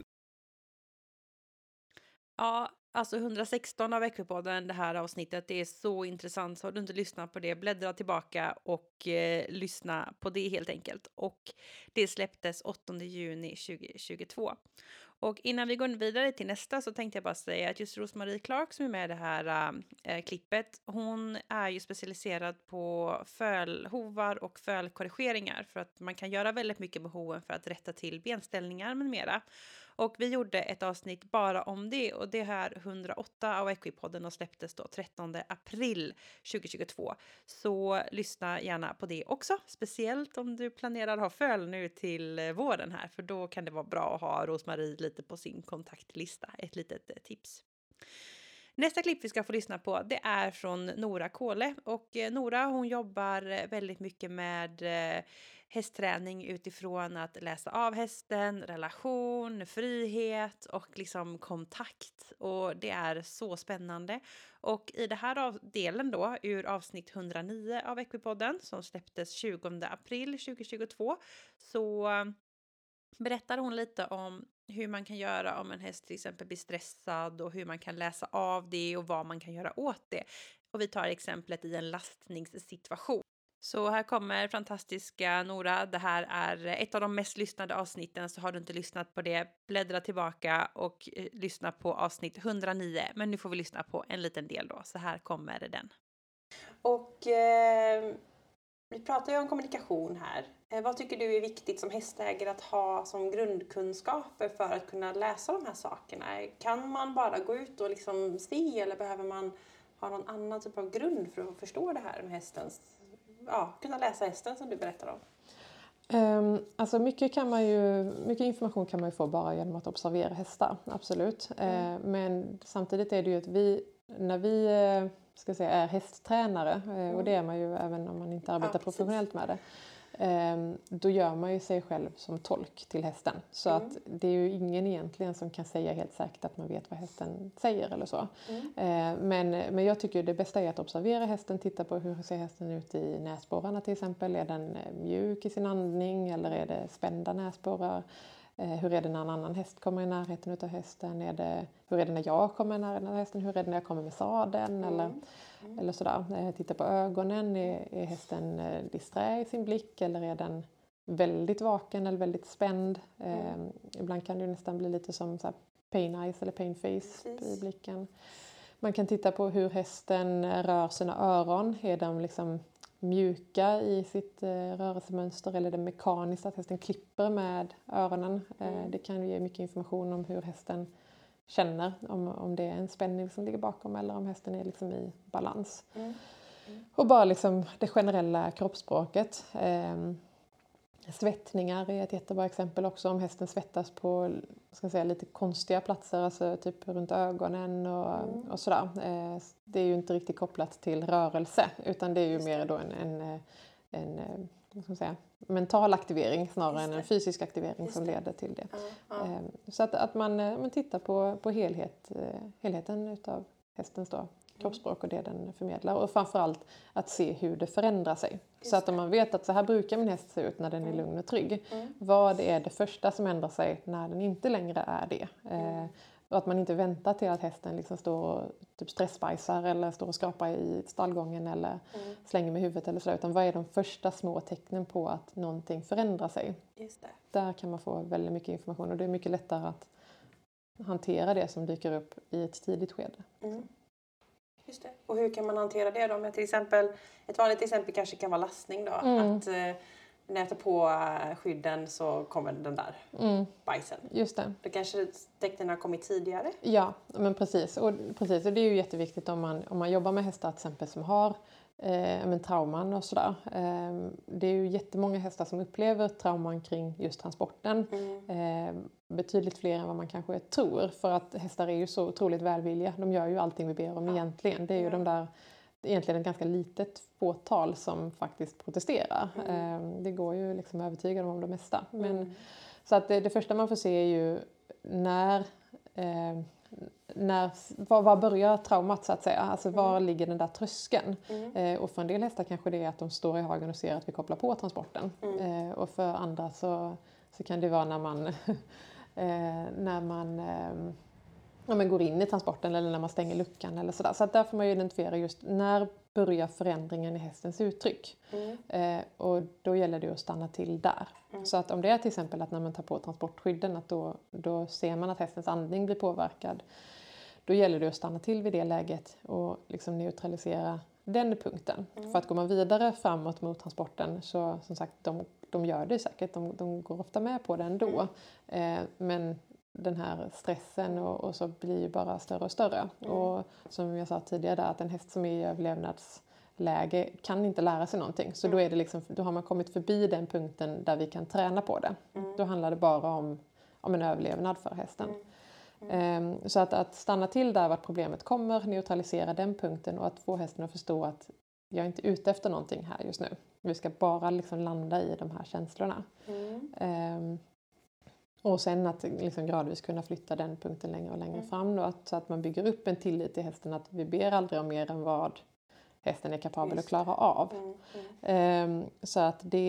ja, alltså hundrasexton av Equipodden, det här avsnittet, det är så intressant. Så har du inte lyssnat på det, bläddra tillbaka och eh, lyssna på det helt enkelt. Och det släpptes åttonde juni tjugohundratjugotvå. Och innan vi går vidare till nästa så tänkte jag bara säga att just Rose-Marie Clark som är med i det här äh, klippet, hon är ju specialiserad på fölhovar och fölkorrigeringar för att man kan göra väldigt mycket med hoven för att rätta till benställningar med mera. Och vi gjorde ett avsnitt bara om det och det här hundraåtta av Equipodden och släpptes då trettonde april tjugohundratjugotvå. Så lyssna gärna på det också, speciellt om du planerar ha föl nu till våren här, för då kan det vara bra att ha Rose-Marie lite på sin kontaktlista, ett litet tips. Nästa klipp vi ska få lyssna på, det är från Nora Kåle. Och Nora, hon jobbar väldigt mycket med hästträning utifrån att läsa av hästen, relation, frihet och liksom kontakt. Och det är så spännande. Och i det här av delen då, ur avsnitt hundranio av Equipodden som släpptes tjugonde april tjugohundratjugotvå, så berättar hon lite om hur man kan göra om en häst till exempel blir stressad och hur man kan läsa av det och vad man kan göra åt det. Och vi tar exemplet i en lastningssituation. Så här kommer fantastiska Nora. Det här är ett av de mest lyssnade avsnitten, så har du inte lyssnat på det, bläddra tillbaka och eh, lyssna på avsnitt hundranio. Men nu får vi lyssna på en liten del då, så här kommer den. Och... Eh... Vi pratar ju om kommunikation här. Eh, vad tycker du är viktigt som hästägare att ha som grundkunskaper för att kunna läsa de här sakerna? Kan man bara gå ut och liksom se eller behöver man ha någon annan typ av grund för att förstå det här med hästens, ja, kunna läsa hästen som du berättar om? Um, alltså mycket, kan man ju, mycket information kan man ju få bara genom att observera hästar, absolut. Mm. Uh, men samtidigt är det ju att vi, när vi uh, ska säga, är hästtränare, uh, mm. och det är man ju även om man inte arbetar ja, professionellt med det, um, då gör man ju sig själv som tolk till hästen. Så mm. att det är ju ingen egentligen som kan säga helt säkert att man vet vad hästen säger eller så. Mm. Uh, men, men jag tycker det bästa är att observera hästen, titta på hur ser hästen ut i näsborrarna till exempel. Är den mjuk i sin andning eller är det spända näsborrar? Uh, hur är det när en annan häst kommer i närheten av hästen? Är det, hur är det när jag kommer i närheten av hästen? Hur är det när jag kommer med sadeln? Mm. Eller, mm. eller sådär. Uh, titta på ögonen. Är, är hästen uh, disträ i sin blick eller är den väldigt vaken eller väldigt spänd? Mm. Uh, ibland kan det nästan bli lite som så här, pain eyes eller pain face. Precis. I blicken. Man kan titta på hur hästen rör sina öron. Är de liksom mjuka i sitt eh, rörelsemönster eller är det mekaniskt att hästen klipper med öronen? Mm. Eh, det kan ju ge mycket information om hur hästen känner. Om, om det är en spänning som ligger bakom eller om hästen är liksom i balans. Mm. Mm. Och bara liksom det generella kroppsspråket. Eh, Svettningar är ett jättebra exempel också. Om hästen svettas på ska jag säga, lite konstiga platser, alltså typ runt ögonen och, mm. och sådär. Eh, det är ju inte riktigt kopplat till rörelse utan det är ju mer då en, en, en, en vad ska man säga, mental aktivering snarare än en fysisk aktivering som leder till det. Ja, ja. Eh, så att, att man, man tittar på, på helhet, helheten utav hästens då. Kroppsspråk och det den förmedlar. Och framförallt att se hur det förändrar sig. Just så att om man vet att så här brukar min häst se ut när den är lugn och trygg. Mm. Vad är det första som ändrar sig när den inte längre är det? Mm. Eh, och att man inte väntar till att hästen liksom står och typ stressbajsar eller står och skrapar i stallgången eller mm. slänger med huvudet eller så. Utan vad är de första små tecknen på att någonting förändrar sig? Just det. Där kan man få väldigt mycket information och det är mycket lättare att hantera det som dyker upp i ett tidigt skede. Mm. Just det. Och hur kan man hantera det då? Med till exempel, ett vanligt exempel kanske kan vara lastning då. Mm. Att eh, när jag tar på skydden så kommer den där mm. bajsen. Just det. Då kanske tecknen har kommit tidigare. Ja, men precis. Och, precis. och det är ju jätteviktigt om man, om man jobbar med hästar till exempel som har eh, men trauman och sådär. Eh, det är ju jättemånga hästar som upplever trauman kring just transporten. Mm. Eh, betydligt fler än vad man kanske tror. För att hästar är ju så otroligt välvilliga. De gör ju allting vi ber om ja. egentligen. Det är ju ja. de där, egentligen ett ganska litet fåtal som faktiskt protesterar. Mm. Det går ju liksom att övertyga dem om det mesta. Men, mm. Så att det, det första man får se är ju när, eh, när var, var börjar traumat så att säga. Alltså mm. var ligger den där tröskeln. Mm. Eh, och för en del hästar kanske det är att de står i hagen och ser att vi kopplar på transporten. Mm. Eh, och för andra så, så kan det vara när man Eh, när man eh, ja, men går in i transporten eller när man stänger luckan eller sådär. Så att där får man ju identifiera just när börjar förändringen i hästens uttryck. Mm. Eh, och då gäller det att stanna till där. Mm. Så att om det är till exempel att när man tar på transportskydden att då, då ser man att hästens andning blir påverkad. Då gäller det att stanna till vid det läget och liksom neutralisera den punkten. Mm. För att går man vidare framåt mot transporten så som sagt de, de gör det säkert. De, de går ofta med på det ändå. Mm. Eh, men den här stressen och, och så blir ju bara större och större. Mm. Och som jag sa tidigare där, att en häst som är i överlevnadsläge kan inte lära sig någonting. Så mm. då, är det liksom, då har man kommit förbi den punkten där vi kan träna på det. Mm. Då handlar det bara om, om en överlevnad för hästen. Mm. Mm. Så att, att stanna till där vart problemet kommer, neutralisera den punkten och att få hästen att förstå att jag är inte ute efter någonting här just nu. Vi ska bara liksom landa i de här känslorna. Mm. Um, och sen att liksom gradvis kunna flytta den punkten längre och längre mm. fram. Då, att, så att man bygger upp en tillit till hästen att vi ber aldrig om mer än vad hästen är kapabel just. Att klara av. Mm. Mm. Um, så att det,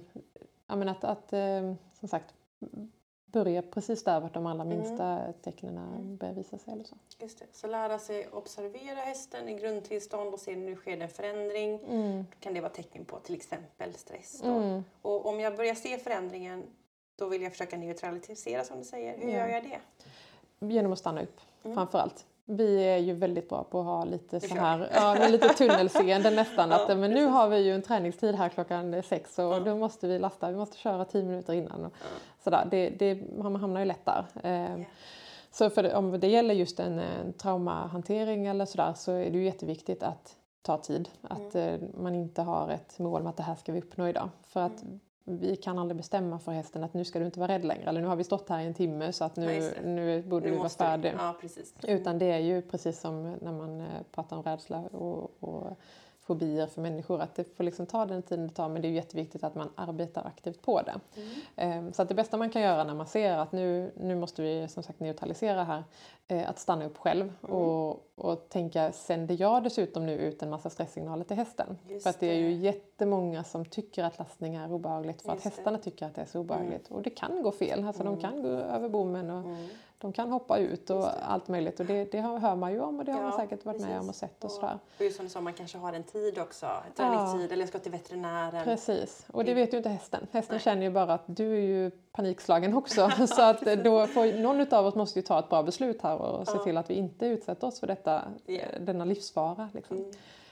jag menar att, att som sagt börja precis där vart de allra minsta mm. tecknen mm. börjar visa sig eller så. Just det. Så lära sig observera hästen i grundtillstånd och se nu sker det en förändring. Mm. Då kan det vara tecken på till exempel stress. Då. Mm. Och om jag börjar se förändringen då vill jag försöka neutralisera som du säger. Hur ja. Gör jag det? Genom att stanna upp mm. framförallt. vi är ju väldigt bra på att ha lite så här, ja, med lite tunnelseende nästan. Att, ja, men nu har vi ju en träningstid här klockan sex och ja. Då måste vi lasta, vi måste köra tio minuter innan. Och ja. Sådär, det, det, man hamnar ju lätt där. Eh, yeah. Så för, om det gäller just en, en traumahantering eller sådär, så är det ju jätteviktigt att ta tid. Att mm. eh, man inte har ett mål med att det här ska vi uppnå idag. För att mm. vi kan aldrig bestämma för hästen att nu ska du inte vara rädd längre. Eller nu har vi stått här i en timme så att nu, nu borde nu du vara färdig. Ja, precis. Utan det är ju precis som när man pratar om rädsla och, och fobier för människor. Att det får liksom ta den tiden det tar, men det är ju jätteviktigt att man arbetar aktivt på det. Mm. Så att det bästa man kan göra när man ser att nu, nu måste vi som sagt neutralisera här. Att stanna upp själv mm. och, och tänka, sänder jag dessutom nu ut en massa stresssignaler till hästen? Just för att det är ju jättemånga som tycker att lastning är obehagligt för Just att hästarna det. tycker att det är så obehagligt. Mm. Och det kan gå fel, alltså mm. de kan gå över bommen och mm. de kan hoppa ut och allt möjligt. Och det, det hör man ju om och det har ja, man säkert varit precis. med om och sett och sådär. Och just som du sa, man kanske har en tid också, en träningstid ja. eller ska till veterinären. Precis, och det vet ju inte hästen. Hästen Nej. känner ju bara att du är ju panikslagen också. Så att då får, någon av oss måste ju ta ett bra beslut här och se ja. till att vi inte utsätter oss för detta, yeah. denna livsfara. Liksom.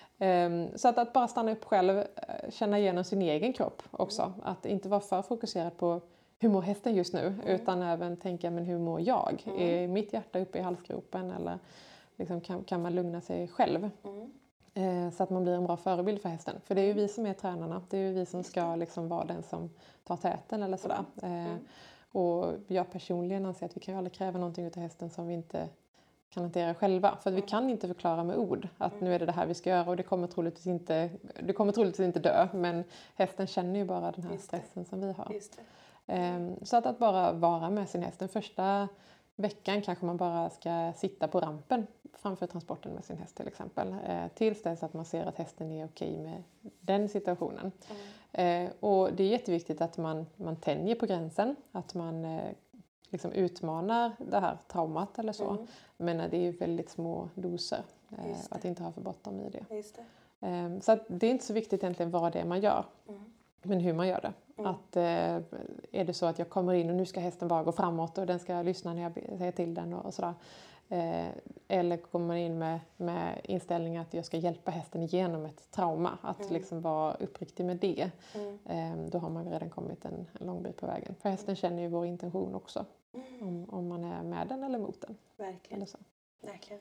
Mm. Um, så att, att bara stanna upp själv, känna igenom sin egen kropp också. Mm. Att inte vara för fokuserad på hur mår hästen just nu, mm. utan även tänka, men hur mår jag? Mm. Är mitt hjärta uppe i halsgropen eller liksom, kan, kan man lugna sig själv? Mm. Eh, så att man blir en bra förebild för hästen. För det är ju vi som är tränarna, det är ju vi som ska liksom vara den som tar täten eller sådär. Mm. Eh, och jag personligen anser att vi kan ju aldrig kräva någonting av hästen som vi inte kan hantera själva. För att vi kan inte förklara med ord att nu är det det här vi ska göra och det kommer troligtvis inte, det kommer troligtvis inte dö. Men hästen känner ju bara den här stressen som vi har. Just det. Så att, att bara vara med sin häst. Den första veckan kanske man bara ska sitta på rampen framför transporten med sin häst till exempel. Tills dess att man ser att hästen är okej med den situationen. Mm. Och det är jätteviktigt att man, man tänjer på gränsen. Att man liksom utmanar det här traumat eller så. Mm. Men det är ju väldigt små doser. Att inte ha för bråttom i det. Just det. Så att det är inte så viktigt egentligen vad det är man gör. Mm. Men hur man gör det. Mm. Att eh, är det så att jag kommer in och nu ska hästen bara gå framåt och den ska lyssna när jag säger till den och, och sådär. Eh, eller kommer man in med, med inställningen att jag ska hjälpa hästen igenom ett trauma. Att mm. liksom vara uppriktig med det. Mm. Eh, då har man redan kommit en, en lång bit på vägen. För hästen känner ju vår intention också. Mm. Om, om man är med den eller mot den. Verkligen. Eller så. Verkligen.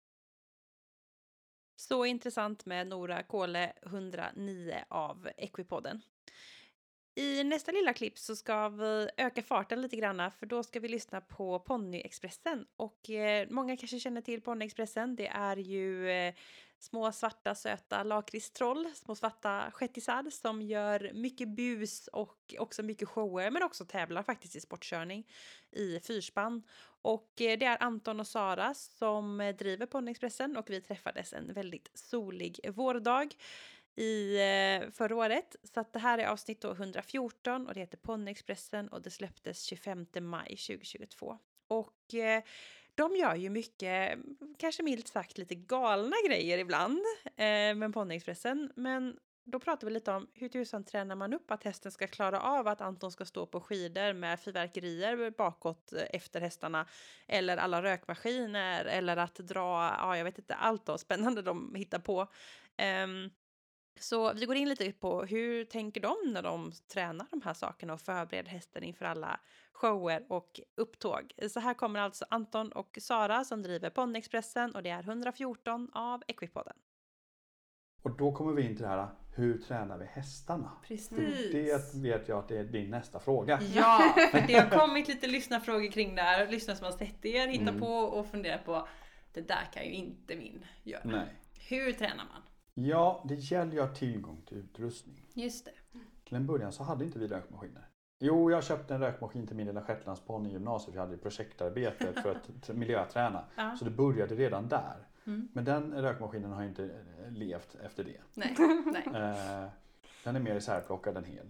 Så intressant med Nora Kåle etthundranio av Equipodden. I nästa lilla klipp så ska vi öka farten lite grann, för då ska vi lyssna på Ponyexpressen. Och eh, många kanske känner till Ponyexpressen. Det är ju eh, små svarta söta lakritstroll, små svarta shettisar som gör mycket bus och också mycket shower, men också tävlar faktiskt i sportkörning i fyrspann. Och eh, det är Anton och Sara som eh, driver Ponyexpressen och vi träffades en väldigt solig vårdag i eh, förra året. Så att det här är avsnitt då etthundrafjorton och det heter Ponyexpressen och det släpptes tjugofemte maj tjugohundratjugotvå. Och eh, de gör ju mycket, kanske milt sagt lite galna grejer ibland eh, med Ponyexpressen. Men då pratar vi lite om hur tusan tränar man upp att hästen ska klara av att Anton ska stå på skidor med fyrverkerier bakåt efter hästarna. Eller alla rökmaskiner eller att dra, ja jag vet inte, allt då spännande de hittar på. Um, Så vi går in lite på hur tänker de när de tränar de här sakerna och förbereder hästen inför alla shower och upptåg. Så här kommer alltså Anton och Sara som driver Ponyexpressen och det är etthundrafjorton av Equipodden. Och då kommer vi in till det här, hur tränar vi hästarna? Precis. Det vet jag att det är din nästa fråga. Ja, för det har kommit lite lyssnarfrågor kring det här. Lyssnare som har sett er, hittar mm. på och funderar på, det där kan ju inte min göra. Nej. Hur tränar man? Ja, det gäller ju att ha tillgång till utrustning. Just det. Till en början så hade inte vi rökmaskiner. Jo, jag köpte en rökmaskin till min lilla shetlandsponny i gymnasiet. Vi hade ett projektarbete för att miljöträna. Ja. Så det började redan där. Mm. Men den rökmaskinen har inte levt efter det. Nej. Nej. Den är mer isärplockad än hel.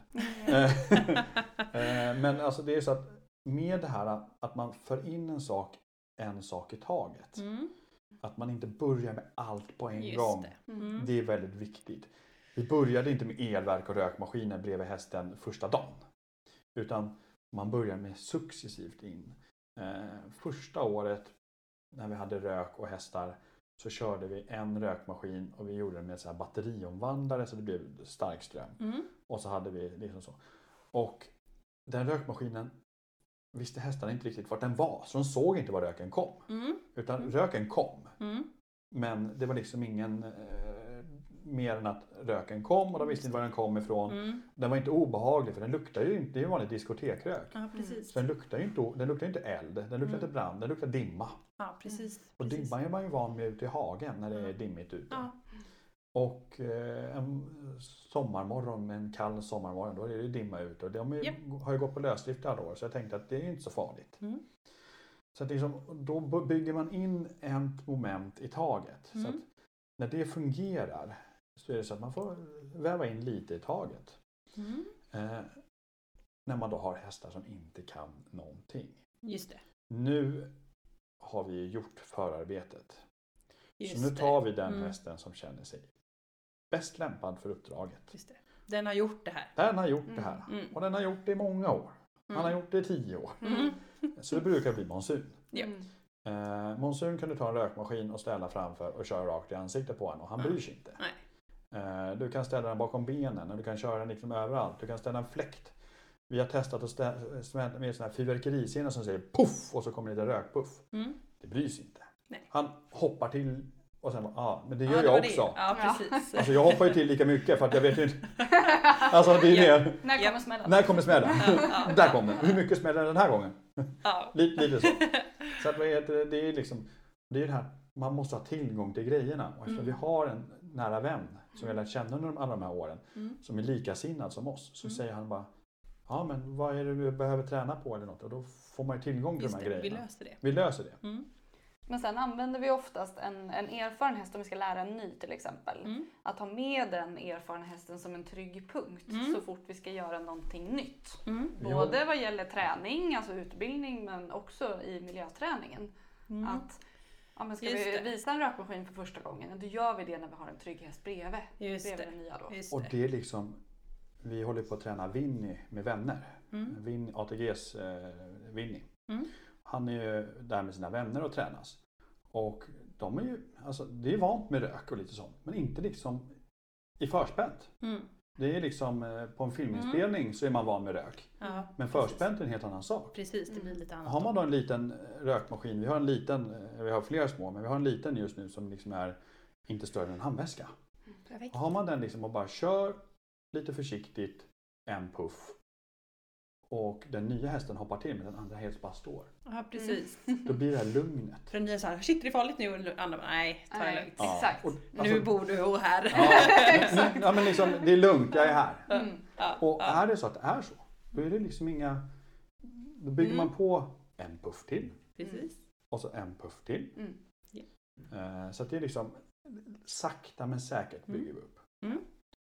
Men alltså det är så att med det här att man för in en sak, en sak i taget. Mm. Att man inte börjar med allt på en Just gång. Det. Mm. det är väldigt viktigt. Vi började inte med elverk och rökmaskiner bredvid hästen första dagen. Utan man börjar med successivt in. Eh, första året när vi hade rök och hästar så körde vi en rökmaskin och vi gjorde den med så här batteriomvandlare så det blev stark ström. Mm. Och så hade vi liksom så. Och den rökmaskinen visste hästarna inte riktigt vart den var. Så de såg inte var röken kom. Mm. Utan röken kom. Mm. Men det var liksom ingen eh, mer än att röken kom och de visste inte var den kom ifrån. Mm. Den var inte obehaglig för den luktar ju inte, det är ju vanlig diskotekrök. Ja, precis. Så den luktar ju inte, den luktar inte eld, den luktar Mm. inte brand, den luktar dimma. Ja, precis. Och precis. dimman är man ju van med ute i hagen när det är dimmigt ute. Ja. Och eh, en sommarmorgon, en kall sommarmorgon, då är det dimma ute. Och de är, Yep. har ju gått på lösdrift alla år så jag tänkte att det är inte så farligt. Mm. Så att liksom, då bygger man in ett moment i taget. Mm. Så att när det fungerar så är det så att man får väva in lite i taget. Mm. Eh, när man då har hästar som inte kan någonting. Just det. Nu har vi gjort förarbetet. Just så nu tar vi den Mm. hästen som känner sig bäst lämpad för uppdraget. Just det. Den har gjort det här. Den har gjort det här. Mm. Och den har gjort det i många år. Han har gjort det i tio år. Mm. Så det brukar bli monsun. Ja. Mm. Eh, monsun kan du ta en rökmaskin och ställa framför och köra rakt i ansiktet på honom och han bryr sig inte. Nej. Eh, du kan ställa den bakom benen och du kan köra den liksom överallt. Du kan ställa en fläkt. Vi har testat att stä- stä- med sån här fyrverkeriscena som säger puff och så kommer lite rökpuff. Mm. Det bryr sig inte. Nej. Han hoppar till och sen ja, ah, men det gör Ja, det jag var också. det. Ja, precis. Alltså jag hoppar ju till lika mycket för att jag vet ju inte. Alltså det är mer. När Ja. kommer smällen? När kommer smällen? ja. Där kom den. Hur mycket smäller den här gången? Ja. Lite, lite så. Så att vad heter det, det är liksom, det är det här, man måste ha tillgång till grejerna. Och eftersom Mm. vi har en nära vän som vi har lärt känna under alla de här åren, Mm. som är likasinnad som oss, så Mm. säger han bara, ja men vad är det du behöver träna på eller något? Och då får man ju tillgång till Just de här det, vi grejerna. löser det. Vi löser det. Mm. Men sen använder vi oftast en, en erfaren häst om vi ska lära en ny till exempel. Mm. Att ha med den erfarna hästen som en trygg punkt Mm. så fort vi ska göra någonting nytt. Mm. Både vad gäller träning, alltså utbildning, men också i miljöträningen. Mm. Att ja, men ska Just vi det. visa en rökmaskin för första gången, då gör vi det när vi har en trygg häst bredvid. Just bredvid det. den nya då. Just Och det. det är liksom, vi håller på att träna Winnie med vänner. Mm. Vin, A T G:s eh, Winnie. Mm. Han är ju där med sina vänner och tränas. Och de är ju, alltså det är vant med rök och lite sånt. Men inte liksom i förspänt. Mm. Det är liksom eh, på en filminspelning så är man van med rök. Ja, Men precis. förspänt är en helt annan sak. Precis, det blir lite annat. Har man då en liten rökmaskin, vi har en liten, eh, vi har flera små, men vi har en liten just nu som liksom är inte större än en handväska. Perfekt. Har man den liksom och bara kör lite försiktigt en puff och den nya hästen hoppar till men den andra helt bara står. Ja, precis. Då blir det här lugnet. För den nya såhär, shit det är farligt nu. Och andra bara, nej, ta det Nej, lugnt. Ja. Exakt. Och, Nu alltså, bor du här. ja, men, ja, men liksom, det är lugnt, jag är här. Mm. Ja, Och ja. är det så att det är så, då är det liksom inga... Då bygger Mm. man på en puff till Precis. och så en puff till. Mm. Eh, Så att det är liksom sakta men säkert bygger vi upp. Mm.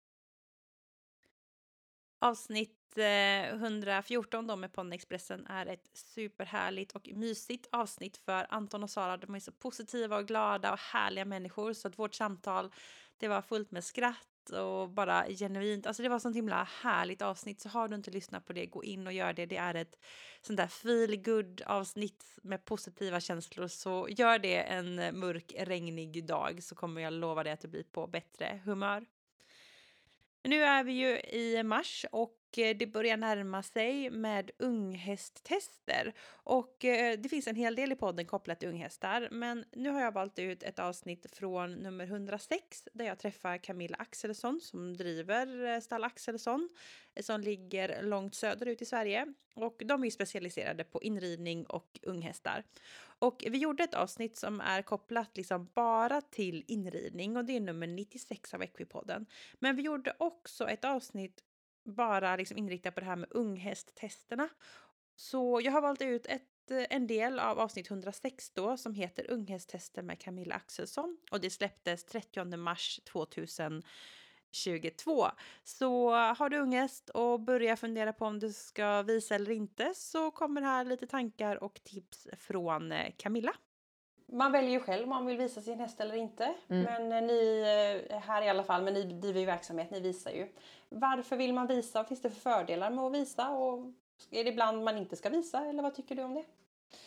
Avsnitt eh, hundrafjorton då med Ponnyexpressen är ett superhärligt och mysigt avsnitt för Anton och Sara. De är så positiva och glada och härliga människor så att vårt samtal det var fullt med skratt och bara genuint. Alltså det var sånt himla härligt avsnitt så har du inte lyssnat på det, gå in och gör det. Det är ett sånt där feel good avsnitt med positiva känslor så gör det en mörk regnig dag så kommer jag lova dig att du blir på bättre humör. Nu är vi ju i mars och det börjar närma sig med unghästtester. Och det finns en hel del i podden kopplat till unghästar. Men nu har jag valt ut ett avsnitt från nummer hundrasex där jag träffar Camilla Axelsson som driver Stall Axelsson som ligger långt söderut i Sverige. Och de är specialiserade på inridning och unghästar. Och vi gjorde ett avsnitt som är kopplat liksom bara till inridning och det är nummer nittiosex av Equipodden. Men vi gjorde också ett avsnitt bara liksom inriktat på det här med unghästtesterna. Så jag har valt ut ett, en del av avsnitt hundrasex då som heter Unghästtester med Camilla Axelsson. Och det släpptes trettionde mars tjugohundratjugotvå. Så har du unghäst och börjar fundera på om du ska visa eller inte så kommer här lite tankar och tips från Camilla. Man väljer ju själv om man vill visa sin häst eller inte. Mm. Men ni, här i alla fall, men ni driver ju verksamhet, ni visar ju. Varför vill man visa? Vad finns det för fördelar med att visa? Och är det ibland man inte ska visa? Eller vad tycker du om det?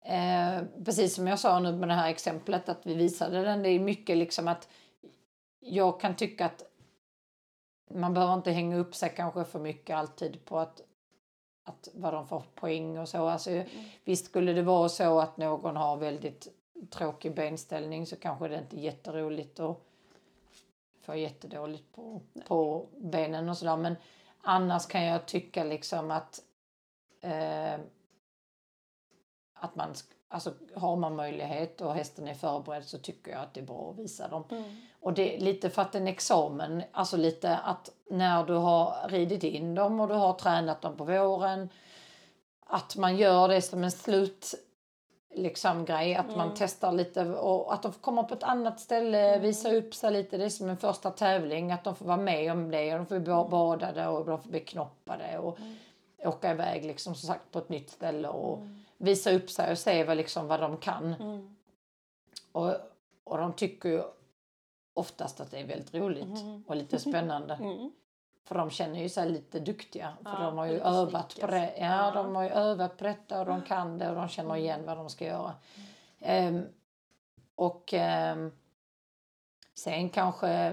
Eh, precis som jag sa nu med det här exemplet att vi visade den. Det är mycket liksom att jag kan tycka att man behöver inte hänga upp sig kanske för mycket alltid på att, att vad de får poäng och så. Alltså, mm. Visst skulle det vara så att någon har väldigt tråkig benställning så kanske det inte är jätteroligt att få jättedåligt på, på benen och sådär. Men annars kan jag tycka liksom att eh, att man, alltså har man möjlighet och hästen är förberedd så tycker jag att det är bra att visa dem. Mm. Och det är lite för att en examen, alltså lite att när du har ridit in dem och du har tränat dem på våren, att man gör det som en slut liksom grej, att mm. man testar lite och att de får komma på ett annat ställe, mm. visa upp sig lite, det är som en första tävling, att de får vara med om det och de får bli badade och de får bli knoppade och mm. åka iväg liksom som sagt på ett nytt ställe och mm. visa upp sig och se vad, liksom, vad de kan. Mm. Och, och de tycker ju oftast att det är väldigt roligt mm. och lite spännande. Mm. För de känner ju sig lite duktiga. För ja, de har ju övat snickers. på det. Ja, ja, de har ju övat på detta och de kan det och de känner igen vad de ska göra. Mm. Um, och um, sen kanske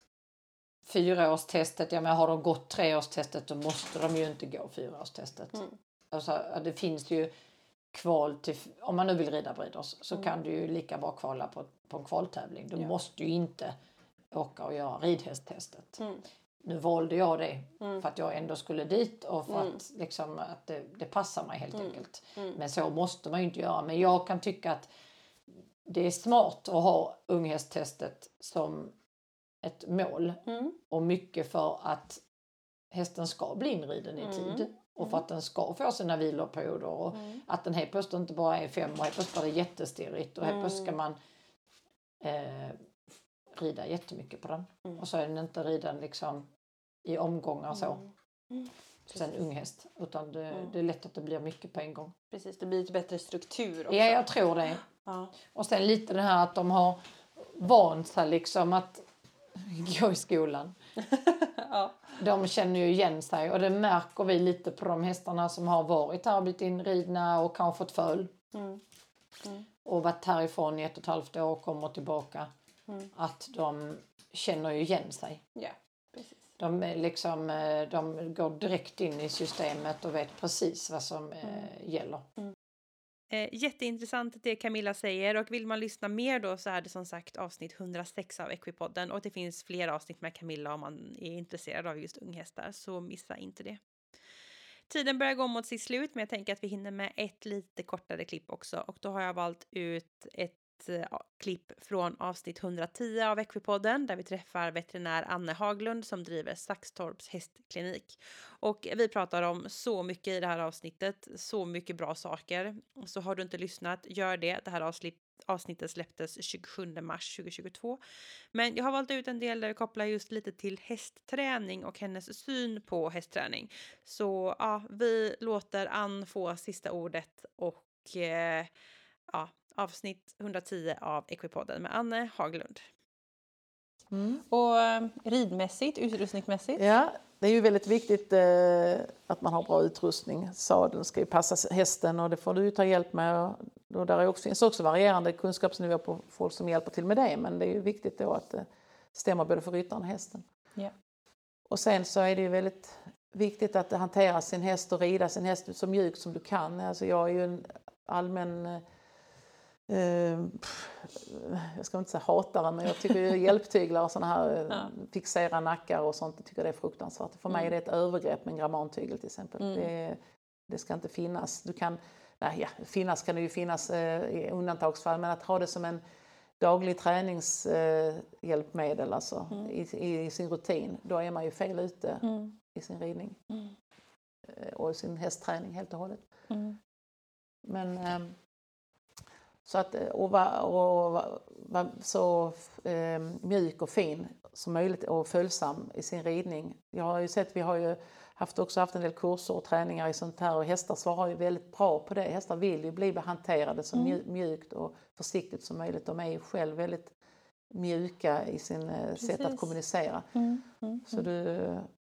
fyraårstestet, ja men har de gått treårstestet då måste de ju inte gå fyraårstestet. Mm. Alltså det finns ju kval till, om man nu vill rida breeders så mm. kan du ju lika bra kvala på, på en kvaltävling. Du ja. måste ju inte åka och göra ridhästtestet. Mm. Nu valde jag det mm. för att jag ändå skulle dit och för mm. att, liksom, att det, det passar mig helt mm. enkelt. Mm. Men så måste man ju inte göra. Men jag kan tycka att det är smart att ha unghästtestet som ett mål. Mm. Och mycket för att hästen ska bli inriden i tid. Mm. Och för att den ska få sina viloperioder. Och mm. att den helt plötsligt inte bara är fem och helt plötsligt är det jättestirrigt. Och helt plötsligt ska man eh, rida jättemycket på den. Mm. Och så är den inte riden liksom i omgångar så. Mm. Mm. Sen unghäst. Utan det, mm. det är lätt att det blir mycket på en gång. Precis, det blir lite bättre struktur också. Ja, jag tror det. Ja. Och sen lite det här att de har vant sig liksom att gå i skolan. Ja. De känner ju igen sig och det märker vi lite på de hästarna som har varit här och blivit inridna och kanske fått föl. Mm. Mm. Och varit härifrån i ett och ett halvt år och kommer tillbaka. Mm. Att de känner ju igen sig. Ja, precis. De, liksom, de går direkt in i systemet och vet precis vad som mm. eh, gäller. Mm. Eh, jätteintressant det Camilla säger och vill man lyssna mer då så är det som sagt avsnitt hundrasex av Equipodden och det finns fler avsnitt med Camilla om man är intresserad av just unghästar så missa inte det. Tiden börjar gå mot sitt slut men jag tänker att vi hinner med ett lite kortare klipp också och då har jag valt ut ett uh, klipp från avsnitt hundratio av Equipodden där vi träffar veterinär Anne Haglund som driver Saxtorps hästklinik. Och vi pratar om så mycket i det här avsnittet, så mycket bra saker. Så har du inte lyssnat, gör det. Det här avsnitt, avsnittet släpptes tjugosjunde mars tjugohundratjugotvå. Men jag har valt ut en del där vi kopplar just lite till hästträning och hennes syn på hästträning. Så ja, vi låter Ann få sista ordet och eh, ja, avsnitt hundratio av Equipodden med Anne Haglund. Mm. Och eh, ridmässigt, utrustningsmässigt? Ja, det är ju väldigt viktigt eh, att man har bra utrustning. Sadeln ska ju passa hästen och det får du ju ta hjälp med. Och, och där är också, finns också varierande kunskapsnivå på folk som hjälper till med det. Men det är ju viktigt då att det eh, stämmer både för ryttaren och hästen. Ja. Och sen så är det ju väldigt viktigt att hantera sin häst och rida sin häst så mjukt som du kan. Alltså jag är ju en allmän... Eh, Uh, jag ska inte säga hatare men jag tycker ju hjälptyglar och såna här uh, ja. fixera nackar och sånt, jag tycker det är fruktansvärt. För mm. mig är det ett övergrepp med en grammantygel till exempel. Mm. Det, det ska inte finnas. Du kan, nej, ja, finnas kan det ju finnas uh, i undantagsfall men att ha det som en daglig träningshjälpmedel uh, alltså, mm. i, i, i sin rutin, då är man ju fel ute mm. i sin ridning mm. uh, och i sin hästträning helt och hållet. Mm. Men um, Så att och vara och va, så eh, mjuk och fin som möjligt och följsam i sin ridning. Jag har ju sett, vi har ju haft också haft en del kurser och träningar i sånt här och hästar svarar ju väldigt bra på det. Hästar vill ju bli hanterade så mm. mjukt och försiktigt som möjligt. De är ju själv väldigt mjuka i sin Precis. sätt att kommunicera. Mm. Mm. Så du,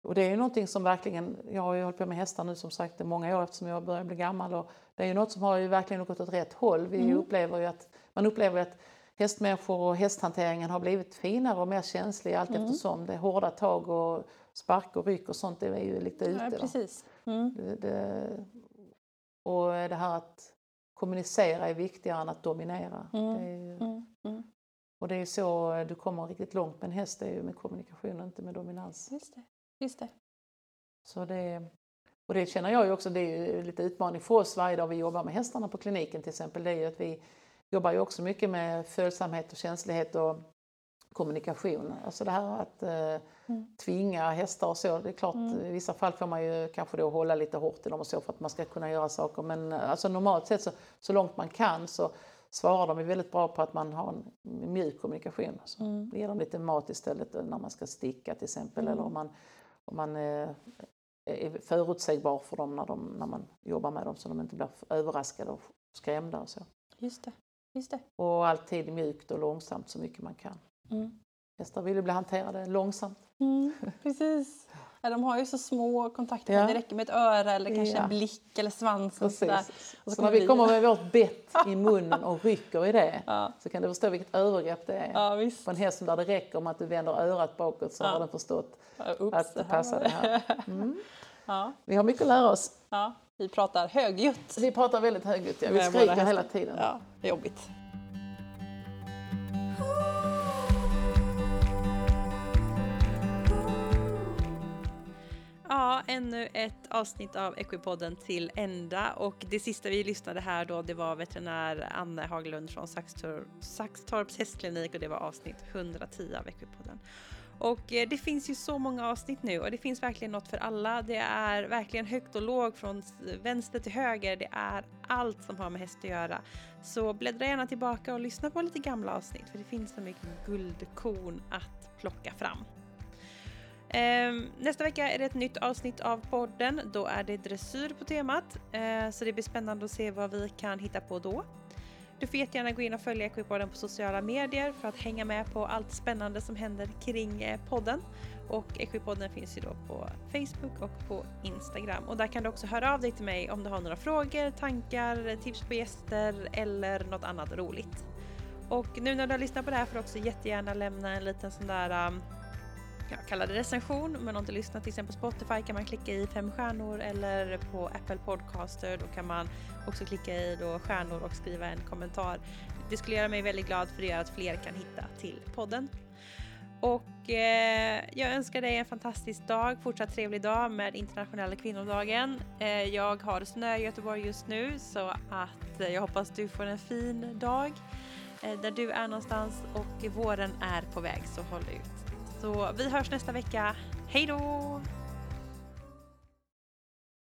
Och det är ju någonting som verkligen, jag har ju hållit på med hästar nu som sagt i många år eftersom jag börjar bli gammal. Och det är ju något som har ju verkligen gått åt rätt håll. Vi mm. upplever ju att, man upplever att hästmänniskor och hästhanteringen har blivit finare och mer känslig allt mm. eftersom. Det är hårda tag och spark och ryck och sånt, det är ju lite ute. Ja, precis. Mm. Det, det, och det här att kommunicera är viktigare än att dominera. Mm. Det är ju, mm. Mm. och det är så du kommer riktigt långt med en häst, det är ju med kommunikation och inte med dominans. Just det. Just det. Så det, och det känner jag ju också, det är ju lite utmaning för oss varje dag vi jobbar med hästarna på kliniken till exempel. Det är ju att vi jobbar ju också mycket med följsamhet och känslighet och kommunikation. Alltså det här att eh, mm. tvinga hästar och så. Det är klart, mm. i vissa fall får man ju kanske då hålla lite hårt i dem och så för att man ska kunna göra saker. Men alltså normalt sett så, så långt man kan så svarar de är väldigt bra på att man har en mjuk kommunikation. Alltså, mm. ger dem lite mat istället när man ska sticka till exempel. Mm. Eller om man, om man eh, är förutsägbar för dem när, de när man jobbar med dem så de inte blir överraskade och skrämda och så. Just det. Just det. Och alltid mjukt och långsamt så mycket man kan. Mm. Hästar vill ju bli hanterade långsamt. Mm, precis. Ja, de har ju så små kontakter. Ja. Det räcker med ett öra eller kanske ja. en blick eller svans. Och så där. Och så, så när vi kommer med vårt bett i munnen och rycker i det ja. så kan du förstå vilket övergrepp det är. Ja, visst. På en häst där det räcker om att du vänder örat bakåt så ja. har den förstått ja, ups, att det passar det här. Mm. Ja. Vi har mycket att lära oss. Ja. Vi pratar högljutt. Vi pratar väldigt högljutt. Ja. Vi skriker hela tiden. Ja, det är jobbigt. Ja, ännu ett avsnitt av Equipodden till ända. Och det sista vi lyssnade här då, det var veterinär Anne Haglund från Saxtorp, Saxtorps hästklinik och det var avsnitt etthundratio av Equipodden. Och eh, det finns ju så många avsnitt nu och det finns verkligen något för alla. Det är verkligen högt och lågt från vänster till höger. Det är allt som har med häst att göra. Så bläddra gärna tillbaka och lyssna på lite gamla avsnitt för det finns så mycket guldkorn att plocka fram. Eh, nästa vecka är det ett nytt avsnitt av podden. Då är det dressyr på temat. Eh, så det blir spännande att se vad vi kan hitta på då. Du får jättegärna gå in och följa Equipodden på sociala medier för att hänga med på allt spännande som händer kring eh, podden. Och Equipodden finns ju då på Facebook och på Instagram. Och där kan du också höra av dig till mig om du har några frågor, tankar, tips på gäster eller något annat roligt. Och nu när du har lyssnat på det här får du också jättegärna lämna en liten sån där... Um, Jag kallar det recension, men om du lyssnar till exempel på Spotify kan man klicka i fem stjärnor eller på Apple Podcaster då kan man också klicka i då stjärnor och skriva en kommentar. Det skulle göra mig väldigt glad för det gör att fler kan hitta till podden. Och eh, jag önskar dig en fantastisk dag, fortsatt trevlig dag med internationella kvinnodagen. Eh, jag har snö i Göteborg just nu så att eh, jag hoppas du får en fin dag eh, där du är någonstans och våren är på väg så håll ut. Så vi hörs nästa vecka. Hej då!